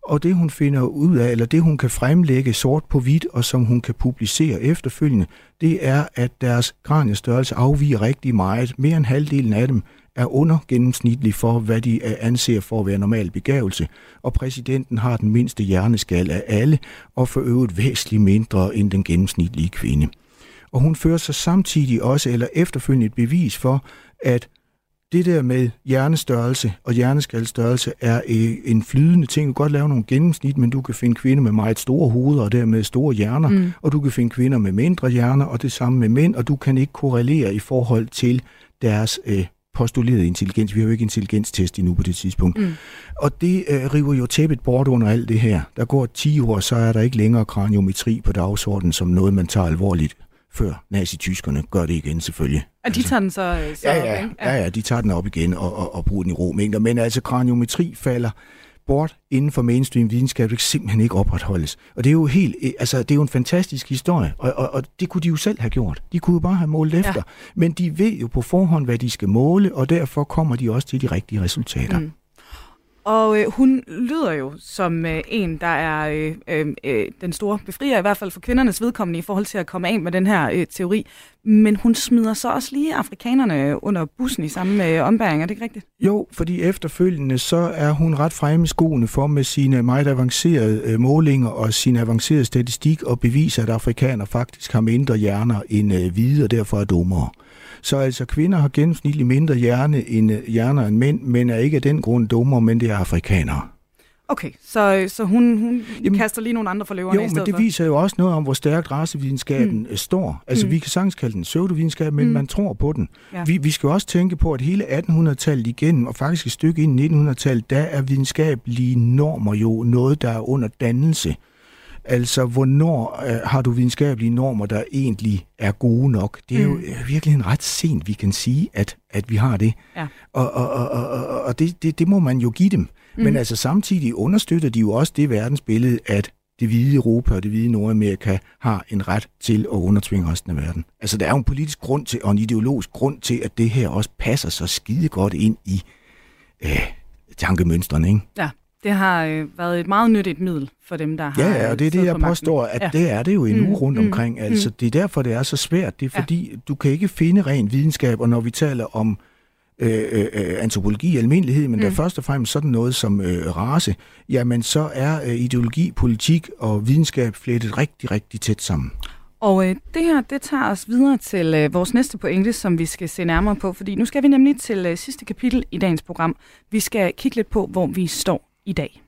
D: Og det hun finder ud af, eller det hun kan fremlægge sort på hvidt, og som hun kan publicere efterfølgende, det er, at deres kraniestørrelse afviger rigtig meget. Mere end halvdelen af dem er under gennemsnitlig for, hvad de anser for at være normal begavelse. Og præsidenten har den mindste hjerneskal af alle, og for øvrigt væsentligt mindre end den gennemsnitlige kvinde. Og hun fører sig samtidig også, eller efterfølgende et bevis for, at det der med hjernestørrelse og hjerneskalstørrelse er en flydende ting. Du kan godt lave nogle gennemsnit, men du kan finde kvinder med meget store hoveder og dermed store hjerner, mm. og du kan finde kvinder med mindre hjerner, og det samme med mænd, og du kan ikke korrelere i forhold til deres øh, postulerede intelligens. Vi har jo ikke intelligenstest endnu på det tidspunkt. Mm. Og det øh, river jo tæppet bort under alt det her. Der går ti år, så er der ikke længere kraniometri på dagsordenen som noget, man tager alvorligt. Før nazi-tyskerne gør det igen, selvfølgelig.
C: Og de tager den så, så
D: ja, ja, op, ja, ja, de tager den op igen og, og, og bruger den i rå mængder. Men altså, kraniometri falder bort inden for mainstream videnskab, det kan simpelthen ikke opretholdes. Og det er jo helt, altså, det er jo en fantastisk historie, og, og, og det kunne de jo selv have gjort. De kunne jo bare have målt efter. Ja. Men de ved jo på forhånd, hvad de skal måle, og derfor kommer de også til de rigtige resultater. Mm.
C: Og øh, hun lyder jo som øh, en, der er øh, øh, den store befrier, i hvert fald for kvindernes vedkommende, i forhold til at komme af med den her øh, teori. Men hun smider så også lige afrikanerne under bussen i samme øh, ombæring, er det ikke rigtigt?
D: Jo, fordi efterfølgende så er hun ret fremme i skoene for med sine meget avancerede øh, målinger og sin avancerede statistik og beviser, at afrikanere faktisk har mindre hjerner end øh, hvide og derfor er dummere. Så altså kvinder har gennemsnitligt mindre hjerne end, hjerner end mænd, men er ikke af den grund dummere, men det er afrikanere.
C: Okay, så, så hun, hun Jamen, kaster lige nogle andre for løverne i stedet for?
D: Jo, men det viser jo også noget om, hvor stærkt racevidenskaben mm. står. Altså mm. vi kan sagtens kalde den pseudovidenskab, men mm. man tror på den. Ja. Vi, vi skal også tænke på, at hele attenhundredetallet igennem, og faktisk et stykke ind i nittenhundredetallet, der er videnskabelige normer jo noget, der er under dannelse. Altså, hvornår øh, har du videnskabelige normer, der egentlig er gode nok? Det er mm. jo virkelig en ret sent, vi kan sige, at, at vi har det. Ja. Og, og, og, og, og det, det, det må man jo give dem. Mm. Men altså samtidig understøtter de jo også det verdensbillede, at det hvide Europa og det hvide Nordamerika har en ret til at undertvinge resten af verden. Altså, der er jo en politisk grund til, og en ideologisk grund til, at det her også passer så skide godt ind i øh, tankemønstrene, ikke?
C: Ja. Det har øh, været et meget nyttigt middel for dem, der har...
D: Ja, ja, og det er det, jeg påstår, at ja. det er det jo endnu mm, rundt omkring. Mm, altså, det er derfor, det er så svært. Det er fordi, ja. du kan ikke finde ren videnskab, og når vi taler om øh, øh, antropologi i almindelighed, men mm. der først og fremmest sådan noget som øh, race, jamen så er øh, ideologi, politik og videnskab flettet rigtig, rigtig tæt sammen.
C: Og øh, det her, det tager os videre til øh, vores næste pointe, som vi skal se nærmere på, fordi nu skal vi nemlig til øh, sidste kapitel i dagens program. Vi skal kigge lidt på, hvor vi står i dag.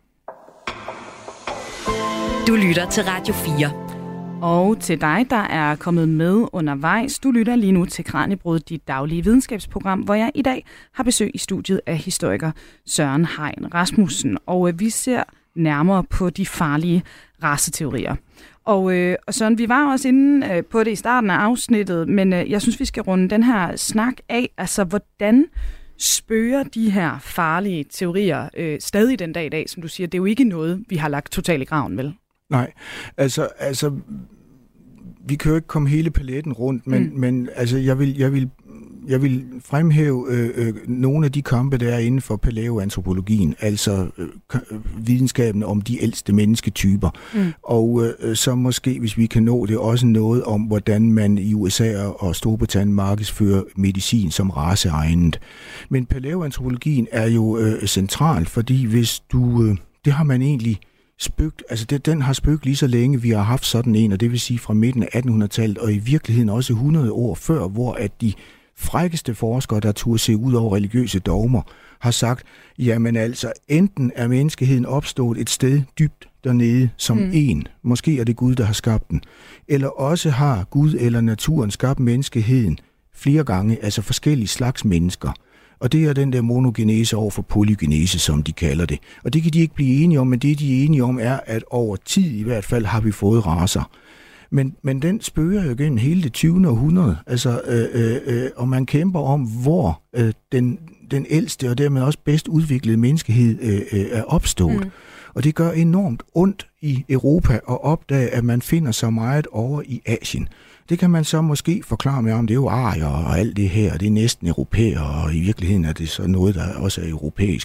B: Du lytter til Radio fire.
C: Og til dig, der er kommet med undervejs, du lytter lige nu til Kraniebrud, dit daglige videnskabsprogram, hvor jeg i dag har besøg i studiet af historiker Søren Hein Rasmussen. Og vi ser nærmere på de farlige raceteorier. Og, øh, og Søren, vi var også inde øh, på det i starten af afsnittet, men øh, jeg synes, vi skal runde den her snak af. Altså, hvordan spøger de her farlige teorier øh, stadig den dag i dag, som du siger? Det er jo ikke noget, vi har lagt totalt i graven, vel?
D: Nej, altså, altså vi kan jo ikke komme hele paletten rundt, men, mm. men altså, jeg vil, jeg vil, jeg vil fremhæve øh, øh, nogle af de kampe, der er inden for palæoantropologien, altså øh, videnskaben om de ældste mennesketyper. Mm. Og øh, så måske, hvis vi kan nå det, også noget om, hvordan man i U S A og Storbritannien markedsfører medicin som raceegnet. Men palæoantropologien er jo øh, central, fordi hvis du... Øh, det har man egentlig spøgt, altså det, den har spøgt lige så længe, vi har haft sådan en, og det vil sige fra midten af attenhundredetallet, og i virkeligheden også hundrede år før, hvor at de frækkeste forskere, der turde se ud over religiøse dogmer, har sagt, jamen altså, enten er menneskeheden opstået et sted dybt dernede som mm. en, måske er det Gud, der har skabt den, eller også har Gud eller naturen skabt menneskeheden flere gange, altså forskellige slags mennesker. Og det er den der monogenese over for polygenese, som de kalder det. Og det kan de ikke blive enige om, men det de er enige om er, at over tid i hvert fald har vi fået racer. Men, men den spøger jo gennem hele det tyvende århundrede, altså, øh, øh, og man kæmper om, hvor øh, den, den ældste og dermed også bedst udviklede menneskehed øh, øh, er opstået. Mm. Og det gør enormt ondt i Europa at opdage, at man finder så meget over i Asien. Det kan man så måske forklare med om, det er jo arier og alt det her, det er næsten europæer, og i virkeligheden er det så noget, der også er europæisk.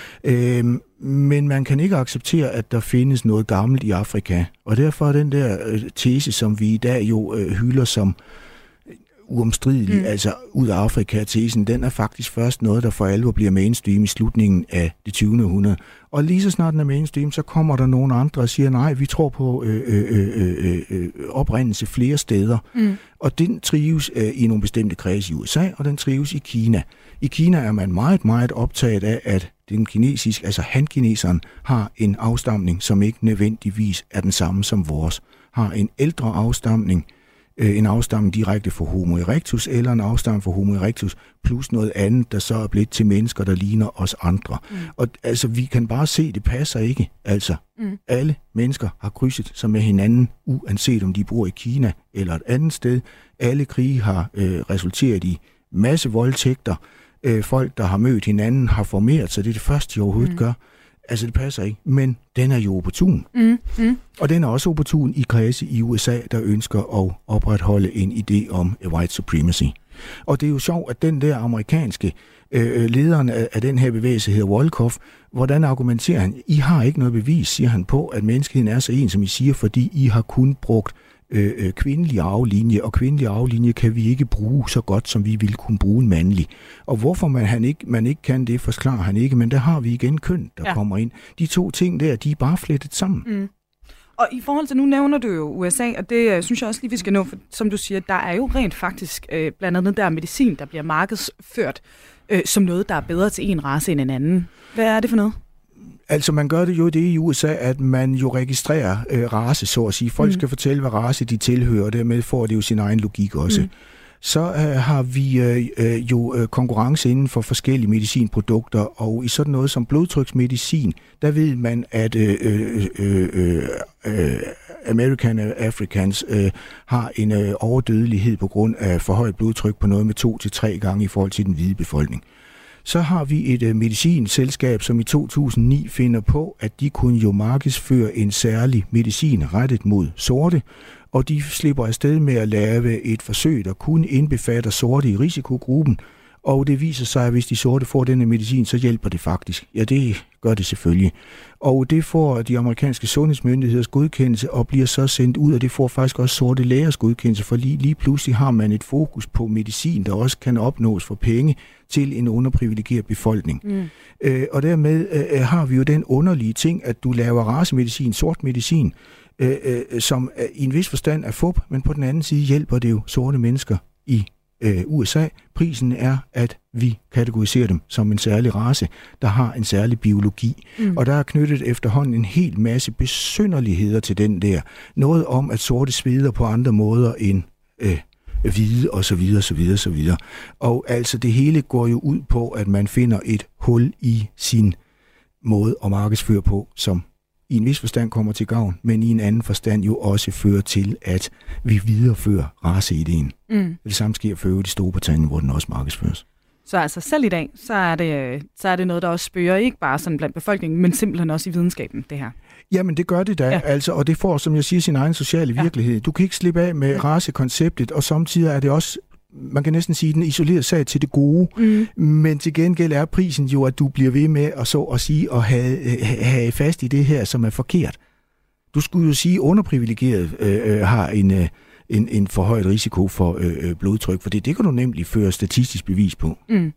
D: Øhm, men man kan ikke acceptere, at der findes noget gammelt i Afrika, og derfor er den der øh, tese, som vi i dag jo øh, hylder som uomstridelig, mm. altså ud af Afrika-tesen, den er faktisk først noget, der for alvor bliver mainstream i slutningen af det tyvende århundrede. Og lige så snart den er mainstream, så kommer der nogle andre og siger, nej, vi tror på øh, øh, øh, øh, oprindelse flere steder. Mm. Og den trives øh, i nogle bestemte kredse i U S A, og den trives i Kina. I Kina er man meget, meget optaget af, at den kinesiske, altså han-kineseren, har en afstamning, som ikke nødvendigvis er den samme som vores. Har en ældre afstamning, en afstamning direkte fra Homo erectus, eller en afstamning fra Homo erectus, plus noget andet, der så er blevet til mennesker, der ligner os andre. Mm. Og altså, vi kan bare se, det passer ikke. Altså, mm. alle mennesker har krydset sig med hinanden, uanset om de bor i Kina eller et andet sted. Alle krige har øh, resulteret i masse voldtægter. Øh, folk, der har mødt hinanden, har formeret sig. Det er det første, de overhovedet mm. gør. Altså, det passer ikke, men den er jo opportun. Mm, mm. Og den er også opportun i kredse i U S A, der ønsker at opretholde en idé om white supremacy. Og det er jo sjovt, at den der amerikanske øh, lederen af, af den her bevægelse hedder Wolkoff. Hvordan argumenterer han? I har ikke noget bevis, siger han på, at menneskeheden er så en, som I siger, fordi I har kun brugt øh, kvindelig arvelinje, og kvindelig arvelinje kan vi ikke bruge så godt, som vi ville kunne bruge en mandlig. Og hvorfor man, han ikke, man ikke kan det, forklarer han ikke, men der har vi igen køn, der ja. kommer ind. De to ting der, de er bare flettet sammen.
C: Mm. Og i forhold til, nu nævner du jo U S A, og det synes jeg også lige, vi skal nå, for som du siger, der er jo rent faktisk øh, blandt andet der medicin, der bliver markedsført øh, som noget, der er bedre til en race end en anden. Hvad er det for noget?
D: Altså, man gør det jo det i U S A, at man jo registrerer øh, race, så at sige. Folk mm. skal fortælle, hvad race de tilhører, og dermed får det jo sin egen logik også. Mm. Så øh, har vi øh, jo øh, konkurrence inden for forskellige medicinprodukter, og i sådan noget som blodtryksmedicin, der ved man, at øh, øh, øh, øh, American Africans øh, har en øh, overdødelighed på grund af for højt blodtryk på noget med to til tre gange i forhold til den hvide befolkning. Så har vi et øh, medicinselskab, som i to tusind ni finder på, at de kunne jo markedsføre en særlig medicin rettet mod sorte, og de slipper afsted med at lave et forsøg, der kun indbefatter sorte i risikogruppen, og det viser sig, at hvis de sorte får denne medicin, så hjælper det faktisk. Ja, det gør det selvfølgelig. Og det får de amerikanske sundhedsmyndigheders godkendelse og bliver så sendt ud, og det får faktisk også sorte lægers godkendelse, for lige, lige pludselig har man et fokus på medicin, der også kan opnås for penge til en underprivilegeret befolkning. Mm. Øh, og dermed øh, har vi jo den underlige ting, at du laver racemedicin, sort medicin, øh, øh, som øh, i en vis forstand er fup, men på den anden side hjælper det jo sorte mennesker i øh, U S A. Prisen er, at vi kategoriserer dem som en særlig race, der har en særlig biologi. Mm. Og der er knyttet efterhånden en hel masse besynderligheder til den der. Noget om, at sorte sveder på andre måder end øh, hvide og så videre, så videre, så videre. Og altså det hele går jo ud på, at man finder et hul i sin måde at markedsføre på, som i en vis forstand kommer til gavn, men i en anden forstand jo også fører til, at vi viderefører raceideen. Mm. Det samme sker for øvrigt i Storbritannien, hvor den også markedsføres.
C: Så altså selv i dag, så er det, så er det noget, der også spørger ikke bare sådan blandt befolkningen, men simpelthen også i videnskaben, det her.
D: Jamen, det gør det da, ja. altså, og det får, som jeg siger, sin egen sociale virkelighed. Ja. Du kan ikke slippe af med ja. racekonceptet, og samtidig er det også, man kan næsten sige, den isolerede sag til det gode, mm. men til gengæld er prisen jo, at du bliver ved med at så at sige og have, have fast i det her, som er forkert. Du skulle jo sige, at underprivilegeret øh, har en, øh, en, en forhøjet risiko for øh, blodtryk, for det, det kan du nemlig føre statistisk bevis på. Mm.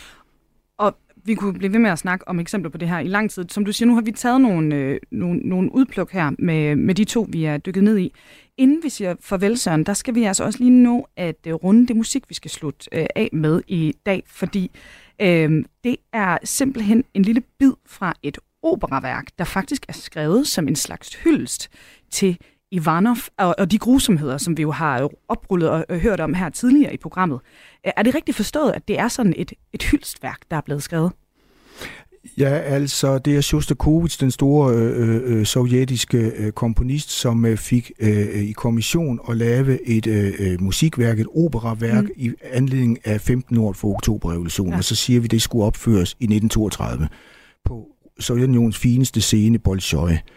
C: Og vi kunne blive ved med at snakke om eksempler på det her i lang tid. Som du siger, nu har vi taget nogle, øh, nogle, nogle udpluk her med, med de to, vi er dykket ned i. Inden vi siger farvel, Søren, der skal vi altså også lige nå at øh, runde det musik, vi skal slutte øh, af med i dag, fordi øh, det er simpelthen en lille bid fra et operaværk, der faktisk er skrevet som en slags hyldest til Ivanov og, og de grusomheder, som vi jo har oprullet og, og hørt om her tidligere i programmet. Er det rigtigt forstået, at det er sådan et, et hyldestværk, der er blevet skrevet?
D: Ja, altså det er Sjostakovitj, den store øh, øh, sovjetiske øh, komponist, som øh, fik øh, i kommission at lave et øh, musikværk, et operaværk, mm. i anledning af femten år for oktoberrevolutionen, ja. Og så siger vi, at det skulle opføres i nitten toogtredive på Sovjetunionens fineste scene, Bolshoi.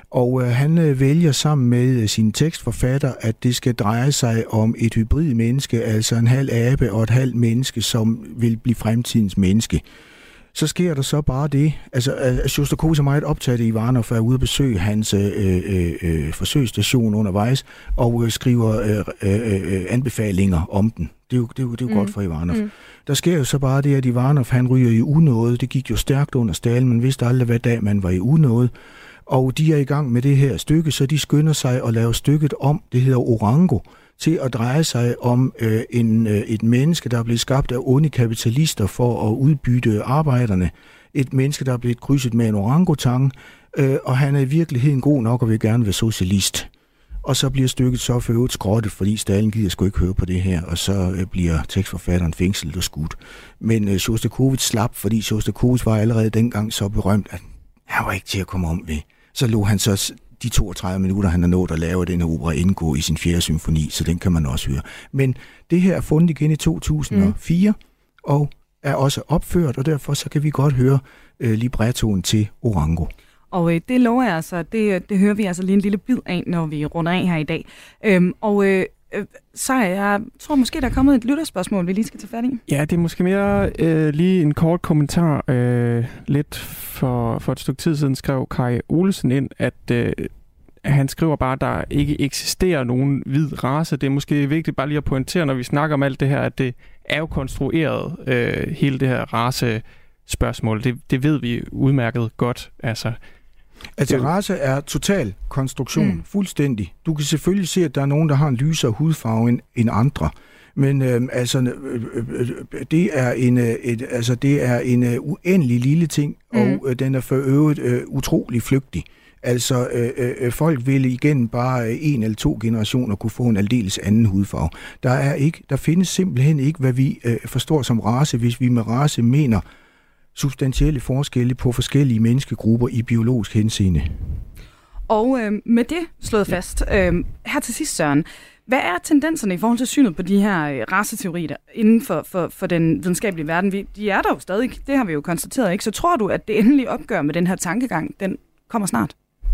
D: Og øh, han øh, vælger sammen med øh, sin tekstforfatter, at det skal dreje sig om et hybrid menneske, altså en halv abe og et halvt menneske, som vil blive fremtidens menneske. Så sker der så bare det, altså at Sjostakovitj er meget optaget i Ivanov, er ude at besøge hans øh, øh, øh, forsøgsstation undervejs, og øh, skriver øh, øh, anbefalinger om den. Det er jo, det er jo, det er jo mm. godt for Ivanov. Mm. Der sker jo så bare det, at Ivanov han ryger i unåde. Det gik jo stærkt under Stalin, man vidste aldrig, hvad dag man var i unåde. Og de er i gang med det her stykke, så de skynder sig at lave stykket om, det hedder Orango, til at dreje sig om øh, en, øh, et menneske, der er blevet skabt af onde kapitalister for at udbytte arbejderne. Et menneske, der er blevet krydset med en orangutang, øh, og han er i virkeligheden god nok og vil gerne være socialist. Og så bliver stykket så for øvrigt skrottet, fordi Stalin gider sgu ikke høre på det her, og så øh, bliver tekstforfatteren fængslet og skudt. Men øh, Sjostakovitj slap, fordi Sjostakovitj var allerede dengang så berømt, at han var ikke til at komme om ved. Så lå han så de toogtredive minutter, han har nået at lave den her opera, indgå i sin fjerde symfoni, så den kan man også høre. Men det her er fundet igen i to tusind og fire, mm. og er også opført, og derfor så kan vi godt høre øh, librettoen til Orango.
C: Og øh, det lover jeg altså, det, det hører vi altså lige en lille bid af, når vi runder af her i dag. Øhm, og øh, øh, så jeg tror måske, der er kommet et lytterspørgsmål, vi lige skal tage fat i.
E: Ja, det er måske mere øh, lige en kort kommentar. Øh, lidt for, for et stykke tid siden skrev Kai Olsen ind, at øh, han skriver bare, at der ikke eksisterer nogen hvid race. Det er måske vigtigt bare lige at pointere, når vi snakker om alt det her, at det er jo konstrueret, øh, hele det her race-spørgsmål. Det, det ved vi udmærket godt, altså.
D: Altså, race er total konstruktion, mm. fuldstændig. Du kan selvfølgelig se, at der er nogen, der har en lysere hudfarve end, end andre. Men øh, altså, øh, øh, det er en, øh, et, altså, det er en øh, uendelig lille ting, mm. og øh, den er for øvrigt øh, utrolig flygtig. Altså, øh, øh, folk ville igen bare en eller to generationer kunne få en aldeles anden hudfarve. Der er ikke, der findes simpelthen ikke, hvad vi øh, forstår som race, hvis vi med race mener substantielle forskelle på forskellige menneskegrupper i biologisk henseende.
C: Og øh, med det slået fast, øh, her til sidst, Søren, hvad er tendenserne i forhold til synet på de her øh, raceteorier inden for, for, for den videnskabelige verden? Vi, de er der jo stadig, det har vi jo konstateret, ikke? Så tror du, at det endelige opgør med den her tankegang, den kommer snart?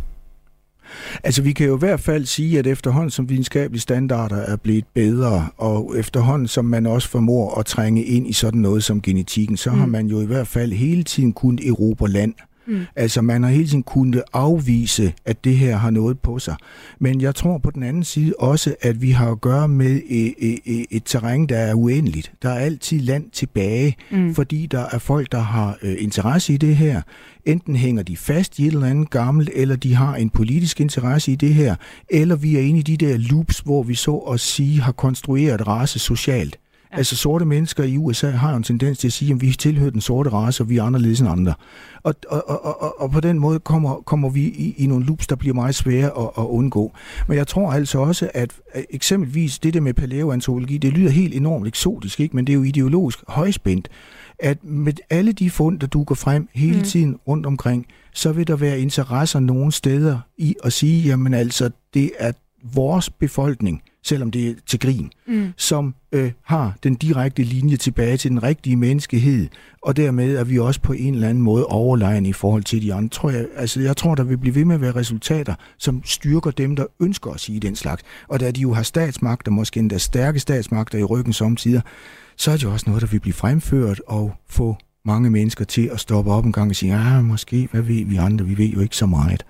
D: Altså, vi kan jo i hvert fald sige, at efterhånden som videnskabelige standarder er blevet bedre, og efterhånden som man også formår at trænge ind i sådan noget som genetikken, så mm. har man jo i hvert fald hele tiden kunnet erobre land. Mm. Altså, man har hele tiden kunnet afvise, at det her har noget på sig. Men jeg tror på den anden side også, at vi har at gøre med et, et, et terræn, der er uendeligt. Der er altid land tilbage, mm. fordi der er folk, der har øh, interesse i det her. Enten hænger de fast i et eller andet gammelt, eller de har en politisk interesse i det her, eller vi er inde i de der loops, hvor vi så at sige har konstrueret race socialt. Ja. Altså sorte mennesker i U S A har jo en tendens til at sige, at vi tilhører den sorte race, og vi er anderledes end andre. Og, og, og, og, og på den måde kommer, kommer vi i, i nogle loops, der bliver meget svære at, at undgå. Men jeg tror altså også, at eksempelvis det der med palæoantropologi, det lyder helt enormt eksotisk, ikke? Men det er jo ideologisk højspændt, at med alle de fund, der dukker frem hele mm. tiden rundt omkring, så vil der være interesser nogle steder i at sige, jamen altså, det er vores befolkning, selvom det er til grin, mm. som øh, har den direkte linje tilbage til den rigtige menneskehed, og dermed er vi også på en eller anden måde overlegen i forhold til de andre. Tror jeg, altså, jeg tror, der vil blive ved med at være resultater, som styrker dem, der ønsker at sige den slags. Og da de jo har statsmagter, måske endda stærke statsmagter i ryggen samtidig, så er det jo også noget, der vil blive fremført og få mange mennesker til at stoppe op en gang og sige, ah, måske, hvad ved vi andre? Vi ved jo ikke så meget.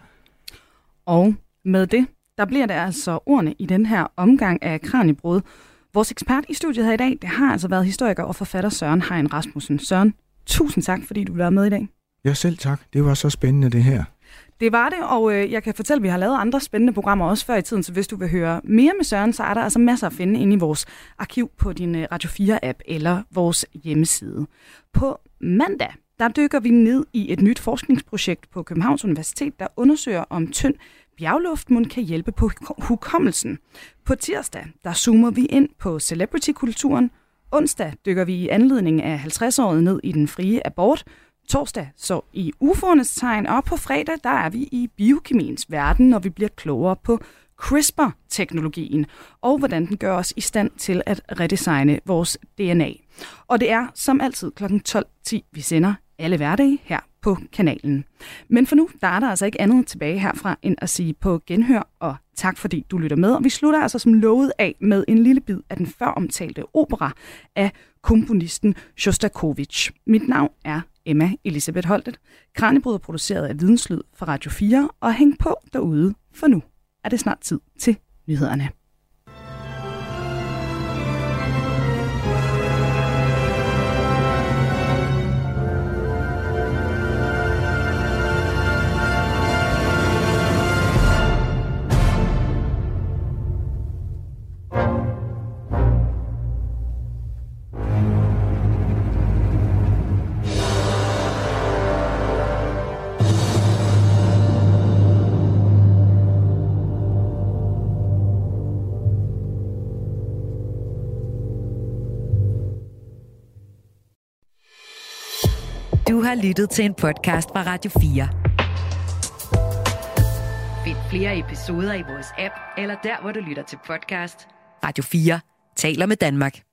C: Og med det, der bliver det altså ordene i den her omgang af Kraniebrud. Vores ekspert i studiet her i dag, det har altså været historiker og forfatter Søren Hein Rasmussen. Søren, tusind tak, fordi du vil være med i dag.
D: Ja, selv tak. Det var så spændende, det her.
C: Det var det, og øh, jeg kan fortælle, at vi har lavet andre spændende programmer også før i tiden, så hvis du vil høre mere med Søren, så er der altså masser at finde inde i vores arkiv på din øh, Radio fire-app eller vores hjemmeside. På mandag, der dykker vi ned i et nyt forskningsprojekt på Københavns Universitet, der undersøger, om tynd bjergluftmund kan hjælpe på hukommelsen. På tirsdag, der zoomer vi ind på celebrity-kulturen. Onsdag dykker vi i anledning af halvtreds-året ned i den frie abort. Torsdag så i U F O'ernes tegn, og på fredag, der er vi i biokemiens verden, når vi bliver klogere på CRISPR-teknologien, og hvordan den gør os i stand til at redesigne vores D N A. Og det er som altid klokken tolv ti, vi sender alle hverdage her på kanalen. Men for nu, der er der altså ikke andet tilbage herfra, end at sige på genhør, og tak fordi du lytter med. Og vi slutter altså som lovet af med en lille bid af den før omtalte opera af komponisten Sjostakovitj. Mit navn er Emma Elisabeth Holtet. Kraniebrud er produceret af Videnslyd for Radio fire, og hæng på derude, for nu er det snart tid til nyhederne.
B: Du har lyttet til en podcast fra Radio fire. Find flere episoder i vores app, eller der, hvor du lytter til podcast. Radio fire taler med Danmark.